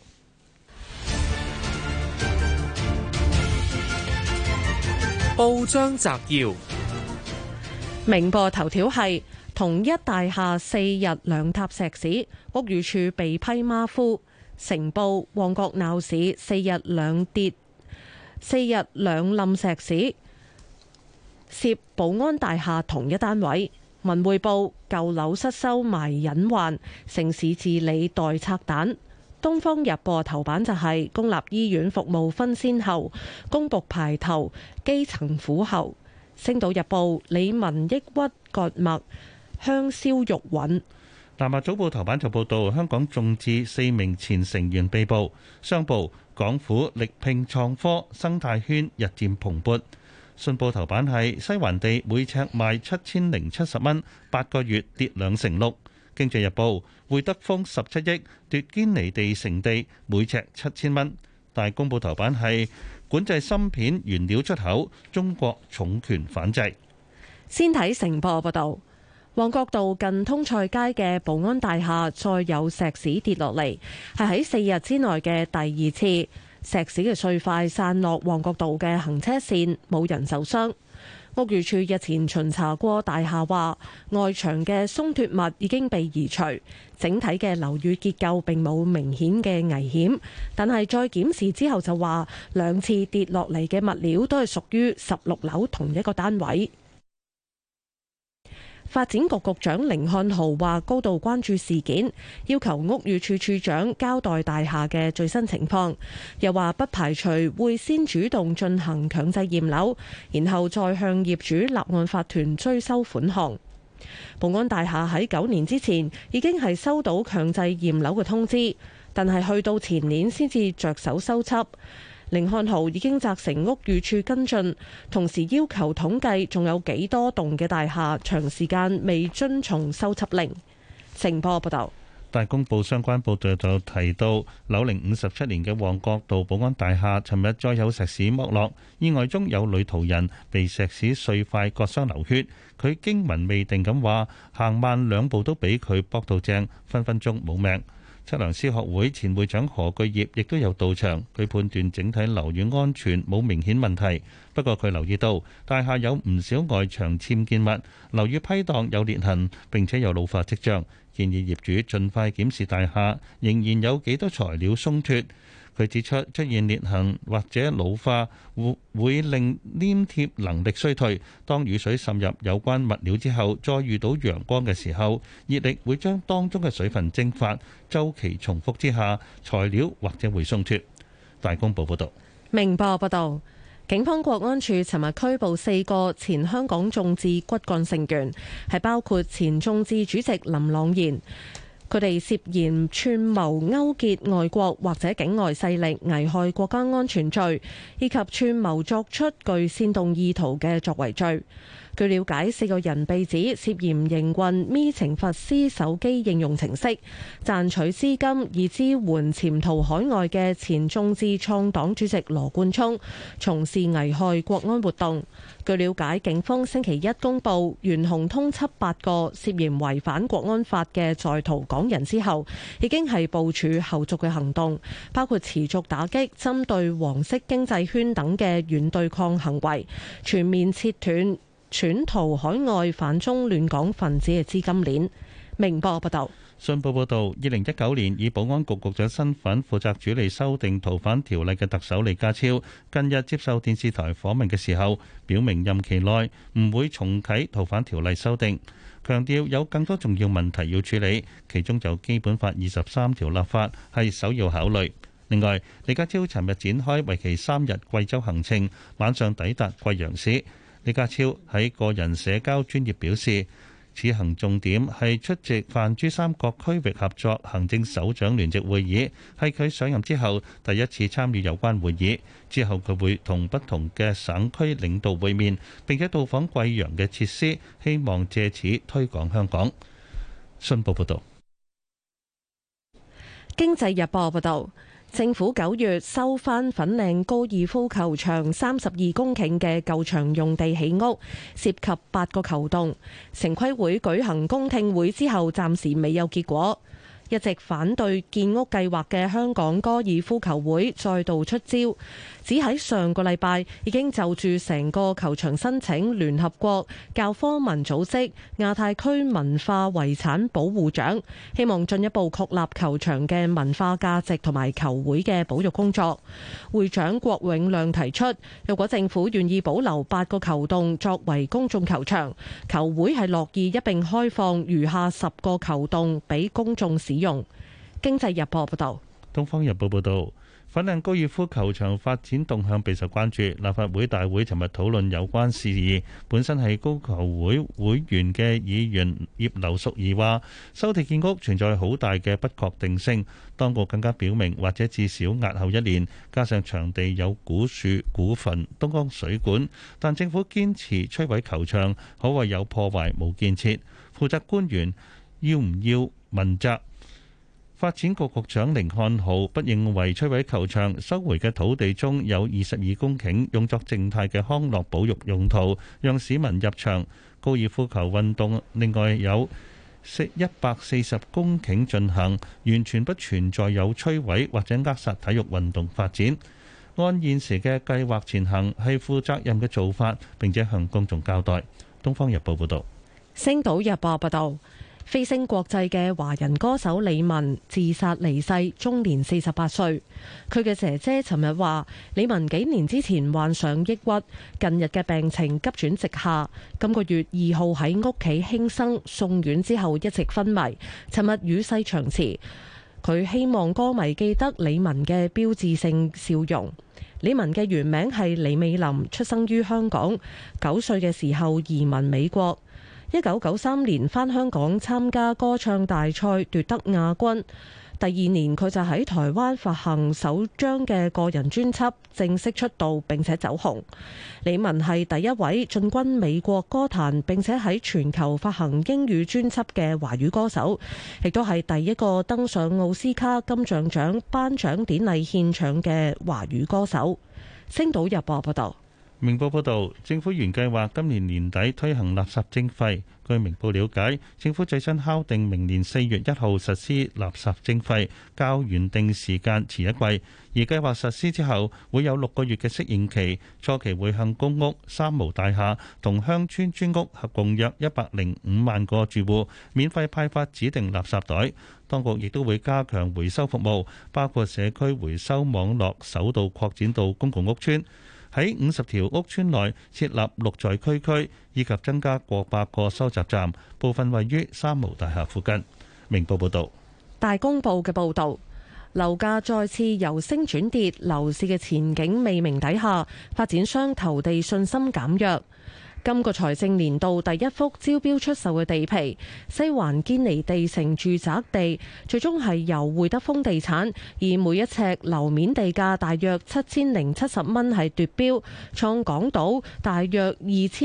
報章摘要： 明報頭條係同一大廈4日兩塌石屎，屋宇署被批馬虎。成報旺角鬧市4日兩冧石屎。涉保安大廈同一單位。文匯報舊樓失修埋隱患，城市治理待拆彈。東方日報頭版就係公立醫院服務分先後，公僕排頭，基層苦候。星島日報李文抑鬱割脈，香消玉殞。 南華早報頭版就報道香港眾志4名前成員被捕。商報港府力拼創科，生態圈日漸蓬勃。信報頭版係西環地每尺賣7070蚊，8個月跌2成6。經濟日報會德豐17億奪堅尼地城地，每尺7000蚊。大公報頭版係管制芯片原料出口，中國重拳反制。 先睇成報報道，旺角道近通菜街嘅保安大廈再有石屎跌落嚟，係喺4日之內嘅第2次。石屎嘅碎塊散落旺角道嘅行車線，冇人受傷。屋宇署日前巡查過大廈，話外牆嘅鬆脫物已經被移除，整體嘅樓宇結構並冇明顯嘅危險。但係再檢視之後就話2次跌落嚟嘅物料都係屬於16樓同一個單位。發展局局長甯漢豪話高度關注事件，要求屋宇署署長交代大廈嘅最新情況，又話不排除會先主動進行強制驗樓，然後再向業主立案法團追收款項。保安大廈喺9年之前已經係收到強制驗樓嘅通知，但係去到前年先至着手收葺。甯漢豪已經責成屋宇署跟進，同時要求統計仲有幾多棟嘅大廈長時間未遵從收葺令。成報報道。 大公報相關報導就提到，樓齡57年嘅旺角道保安大廈，尋日再有石屎剝落，意外中有女途人被石屎碎塊割傷流血。佢驚魂未定咁話，行慢2步都俾佢搏到正，分分鐘冇命。 測量師學會前會長何巨業亦都有到場，佢判斷整體樓宇安全冇明顯問題。不過佢留意到大廈有唔少外牆僭建物，樓宇批盪有裂痕，並且有老化跡象，建議業主盡快檢視大廈仍然有幾多材料鬆脱。佢指出，出現裂痕或者老化會令黏貼能力衰退。當雨水滲入有關物料之後，再遇到陽光嘅時候，熱力會將當中嘅水分蒸發，週期重複之下，材料或者會鬆脱。大公報報道。 明報報道，警方國安處尋日拘捕4個前香港眾志骨幹成員，係包括前眾志主席林朗彥。佢哋涉嫌串謀勾結外國或者境外勢力危害國家安全罪，以及串謀作出具煽動意圖嘅作為罪。據了解，4個人被指涉嫌營運咪懲罰師手機應用程式，賺取資金以支援潛逃海外嘅前眾志創黨主席羅冠聰從事危害國安活動。據了解，警方星期一公布懸紅通緝8個涉嫌違反國安法嘅在逃港人之後，已經係部署後續嘅行動，包括持續打擊針對黃色經濟圈等嘅軟對抗行為，全面切斷竄逃海外反中亂港分子嘅資金鏈。明報報道。 信報報導，2019年以保安局局長身份負責主理修訂逃犯條例嘅特首李家超，近日接受電視台訪問嘅時候，表明任期內唔會重啟逃犯條例修訂，強調有更多重要問題要處理，其中就基本法23條立法係首要考慮。另外，李家超尋日展開為期3日貴州行程，晚上抵達貴陽市。李家超喺個人社交專頁表示，此行重點係出席泛珠三角區域合作行政首長聯席會議，係佢上任之後第一次參與有關會議。之後佢會同不同嘅省區領導會面，並且到訪貴陽嘅設施，希望借此推廣香港。信報報道。 經濟日報報道。政府9月收翻粉嶺高爾夫球場32公頃嘅舊場用地起屋，涉及8個球洞。城規會舉行公聽會之後，暫時未有結果。一直反對建屋計劃嘅香港高爾夫球會再度出招，只喺上個禮拜已經就住成個球場申請聯合國教科文組織亞太區文化遺產保護獎，希望進一步確立球場嘅文化價值同埋球會嘅保育工作。會長郭永亮提出，如果政府願意保留8個球洞作為公眾球場，球會係樂意一併開放餘下10個球洞俾公眾使用。經濟日報報道。 東方日報報道，粉嶺高爾夫球場發展動向備受關注。立法會大會尋日討論有關事宜，本身係高球會會員嘅議員葉劉淑儀話，收地建屋存在好大嘅不確定性，當局更加表明或者至少押後1年，加上場地有古樹古墳東江水管，但政府堅持摧毀球場，可謂有破壞冇建設，負責官員要唔要問責？發展局局長甯漢豪不認為摧毀球場收回嘅土地中有22公頃用作靜態嘅康樂保育用途，讓市民入場。高爾夫球運動另外有140公頃進行，完全不存在有摧毀或者扼殺體育運動發展。按現時嘅計劃前行係負責任嘅做法，並且向公眾交代。東方日報報道。 星島日報報道。飛星國際嘅華人歌手李玟自殺離世，終年48歲。佢嘅姐姐尋日話，李玟幾年之前患上抑鬱，近日嘅病情急轉直下。今個月2號喺屋企輕生，送院之後一直昏迷，尋日與世長辭。佢希望歌迷記得李玟嘅標誌性笑容。李玟嘅原名係李美琳，出生於香港，9歲嘅時候移民美國。1993年返香港參加歌唱大賽，奪得亞軍。第2年佢就喺台灣發行首張嘅個人專輯，正式出道並且走紅。李玟係第一位進軍美國歌壇並且喺全球發行英語專輯嘅華語歌手，亦都係第一個登上奧斯卡金像獎頒獎典禮獻唱嘅華語歌手。星島日報報道。 明報報導，政府原計劃今年年底推行垃圾徵費。據明報了解，政府最新敲定明年4月1號實施垃圾徵費，較原定時間遲一季。而計劃實施之後，會有6個月嘅適應期，初期會向公屋、三無大廈同鄉村專屋合共約105萬個住戶免費派發指定垃圾袋。當局亦都會加強回收服務，包括社區回收網絡首度擴展到公共屋邨。喺50條屋邨內設立綠在區，以及增加過百個收集站，部分位於三無大廈附近。明報報導。 大公報嘅報導，樓價再次由升轉跌，樓市嘅前景未明底下，發展商投地信心減弱。今個財政年度第一幅招標出售嘅地皮西環堅尼地城住宅地，最終係由匯德豐地產以每一尺樓面地價大約7070蚊係奪標，創港島大約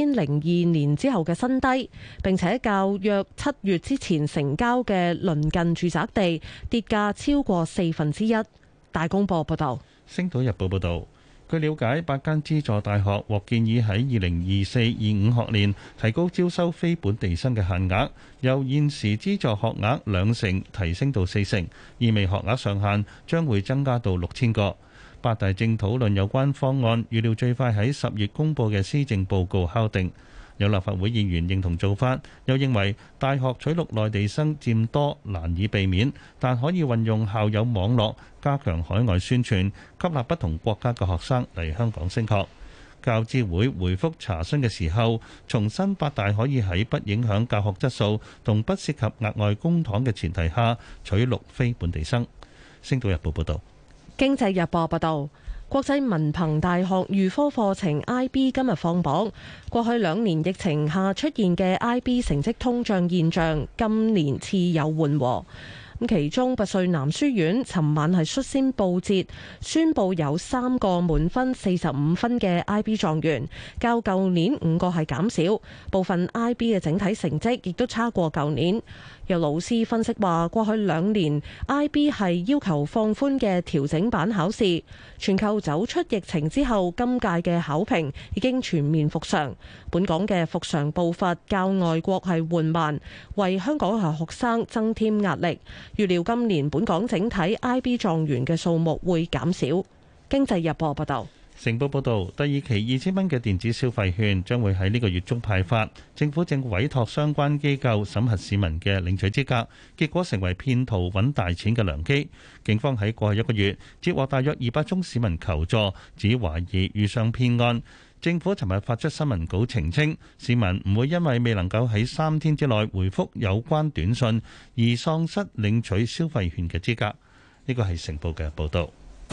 2002年之後嘅新低，並且較約7月之前成交嘅鄰近住宅地跌價超過1/4。大公報報道。 星島日報報導。據了解，8間資助大學獲建議喺2024-25學年提高招收非本地生嘅限額，由現時資助學額2成提升到4成，意味學額上限將會增加到6000個。8大正討論有關方案，預料最快喺10月公佈嘅施政報告敲定。有立法會議員認同做法，又認為大學取錄內地生佔多難以避免，但可以運用校友網絡加強海外宣傳，吸納不同國家嘅學生嚟香港升學。教資會回覆查詢嘅時候，重申8大可以喺不影響教學質素同不涉及額外公帑嘅前提下取錄非本地生。星島日報報道。 經濟日報報道。國際文憑大學預科課程 IB 今日放榜，過去2年疫情下出現嘅 IB 成績通脹現象，今年似有緩和。其中拔萃男書院尋晚係率先報捷，宣布有3個滿分45分嘅 IB 狀元，較舊年5個係減少。部分 IB 嘅整體成績亦都差過舊年。有老師分析話，過去2年 IB 係要求放寬嘅調整版考試，全球走出疫情之後，今屆嘅考評已經全面復常。本港嘅復常步伐較外國係緩慢，為香港嘅學生增添壓力。預料今年本港整體 IB 狀元嘅數目會減少。經濟日報報道。 成報報導，第2期2000蚊嘅電子消費券將會喺呢個月中派發，政府正委託相關機構審核市民嘅領取資格，結果成為騙徒揾大錢嘅良機。警方喺過去1個月接獲大約200宗市民求助，指懷疑遇上騙案。政府尋日發出新聞稿澄清，市民唔會因為未能夠喺3天之內回覆有關短信而喪失領取消費券嘅資格。呢個係成報嘅報導。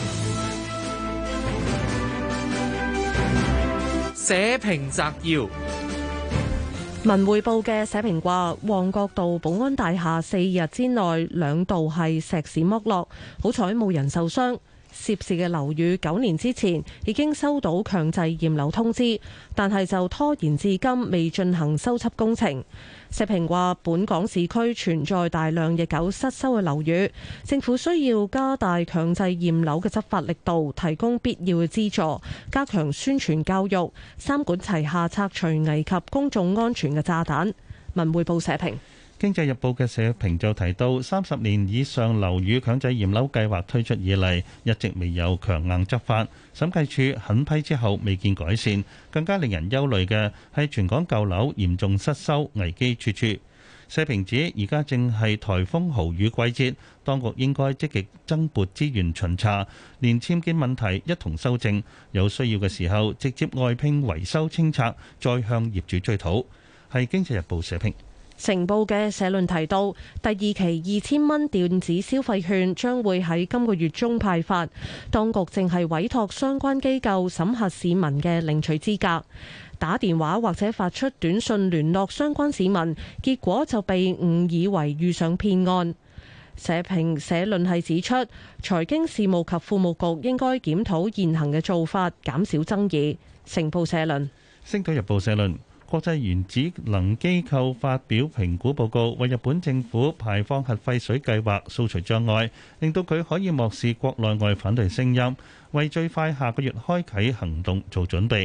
社評摘要： 文匯報嘅社評話，旺角道保安大廈4日之內2度係石屎剝落，好彩冇人受傷。涉事嘅樓宇9年之前已經收到強制驗樓通知，但係就拖延至今未進行修葺工程。社評話，本港市區存在大量日久失修嘅樓宇，政府需要加大強制驗樓嘅執法力度，提供必要嘅資助，加強宣傳教育，三管齊下拆除危及公眾安全嘅炸彈。文匯報社評。 經濟日報嘅社評就提到，30年以上樓宇強制驗樓計劃推出以嚟，一直未有強硬執法，審計署狠批之後未見改善，更加令人憂慮嘅係全港舊樓嚴重失修，危機處處。社評指而家正係颱風豪雨季節，當局應該積極增撥資源巡查，連僭建問題一同修正，有需要嘅時候直接外聘維修清拆，再向業主追討。係經濟日報社評。 成報嘅社論提到，第2期2000蚊電子消費券將會喺今個月中派發，當局正係委託相關機構審核市民嘅領取資格，打電話或者發出短信聯絡相關市民，結果就被誤以為遇上騙案。社論係指出，財經事務及庫務局應該檢討現行嘅做法，減少爭議。成報社論。 星島日報社論。國際原子能機構發表評估報告，為日本政府排放核廢水計劃掃除障礙，令到佢可以漠視國內外反對聲音，為最快下個月開啓行動做準備。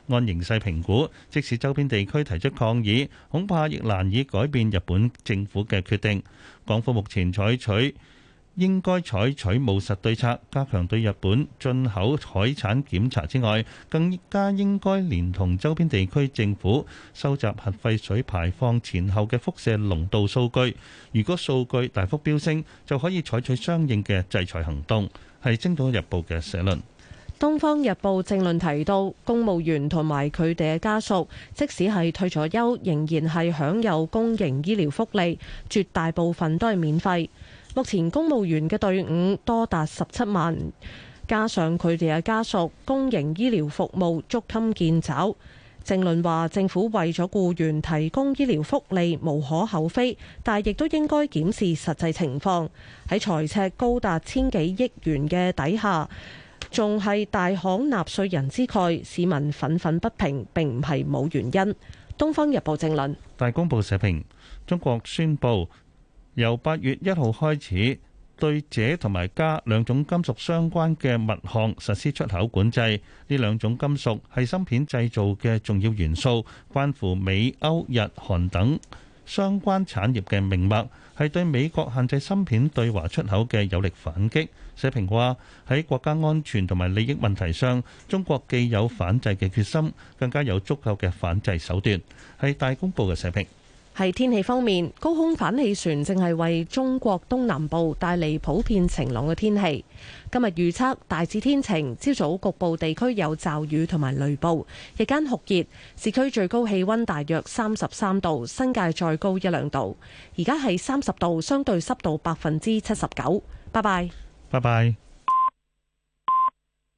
按形勢評估，即使周邊地區提出抗議，恐怕亦難以改變日本政府嘅決定。港府目前應該採取務實對策，加強對日本進口海產檢查之外，更加應該連同周邊地區政府收集核廢水排放前後嘅輻射濃度數據。如果數據大幅飆升，就可以採取相應嘅制裁行動。係《星島日報》嘅社論。 《東方日報》正論提到，公務員同埋佢哋嘅家屬，即使係退咗休，仍然係享有公營醫療福利，絕大部分都係免費。目前公務員嘅隊伍多達17萬，加上佢哋嘅家屬，公營醫療服務捉襟見肘。正論話，政府為咗僱員提供醫療福利無可厚非，但亦都應該檢視實際情況。喺財赤高達千幾億元嘅底下，仲係大行納稅人之蓋，市民憤憤不平並唔係冇原因。《東方日報》正論。 大公報社評，中國宣布由8月1號開始，對鍺同埋鎵兩種金屬相關嘅物項實施出口管制。呢兩種金屬係芯片製造嘅重要元素，關乎美、歐、日、韓等相關產業嘅命脈，係對美國限制芯片對華出口嘅有力反擊。社評話，喺國家安全同埋利益問題上，中國既有反制嘅決心，更加有足夠嘅反制手段。係大公報嘅社評。 係天氣方面，高空反氣旋正係為中國東南部帶嚟普遍晴朗嘅天氣。今日預測大致天晴，朝早局部地區有驟雨同埋雷暴，日間酷熱，市區最高氣溫大約33度，新界再高1-2度。而家係30度，相對濕度79%。拜拜。 拜拜。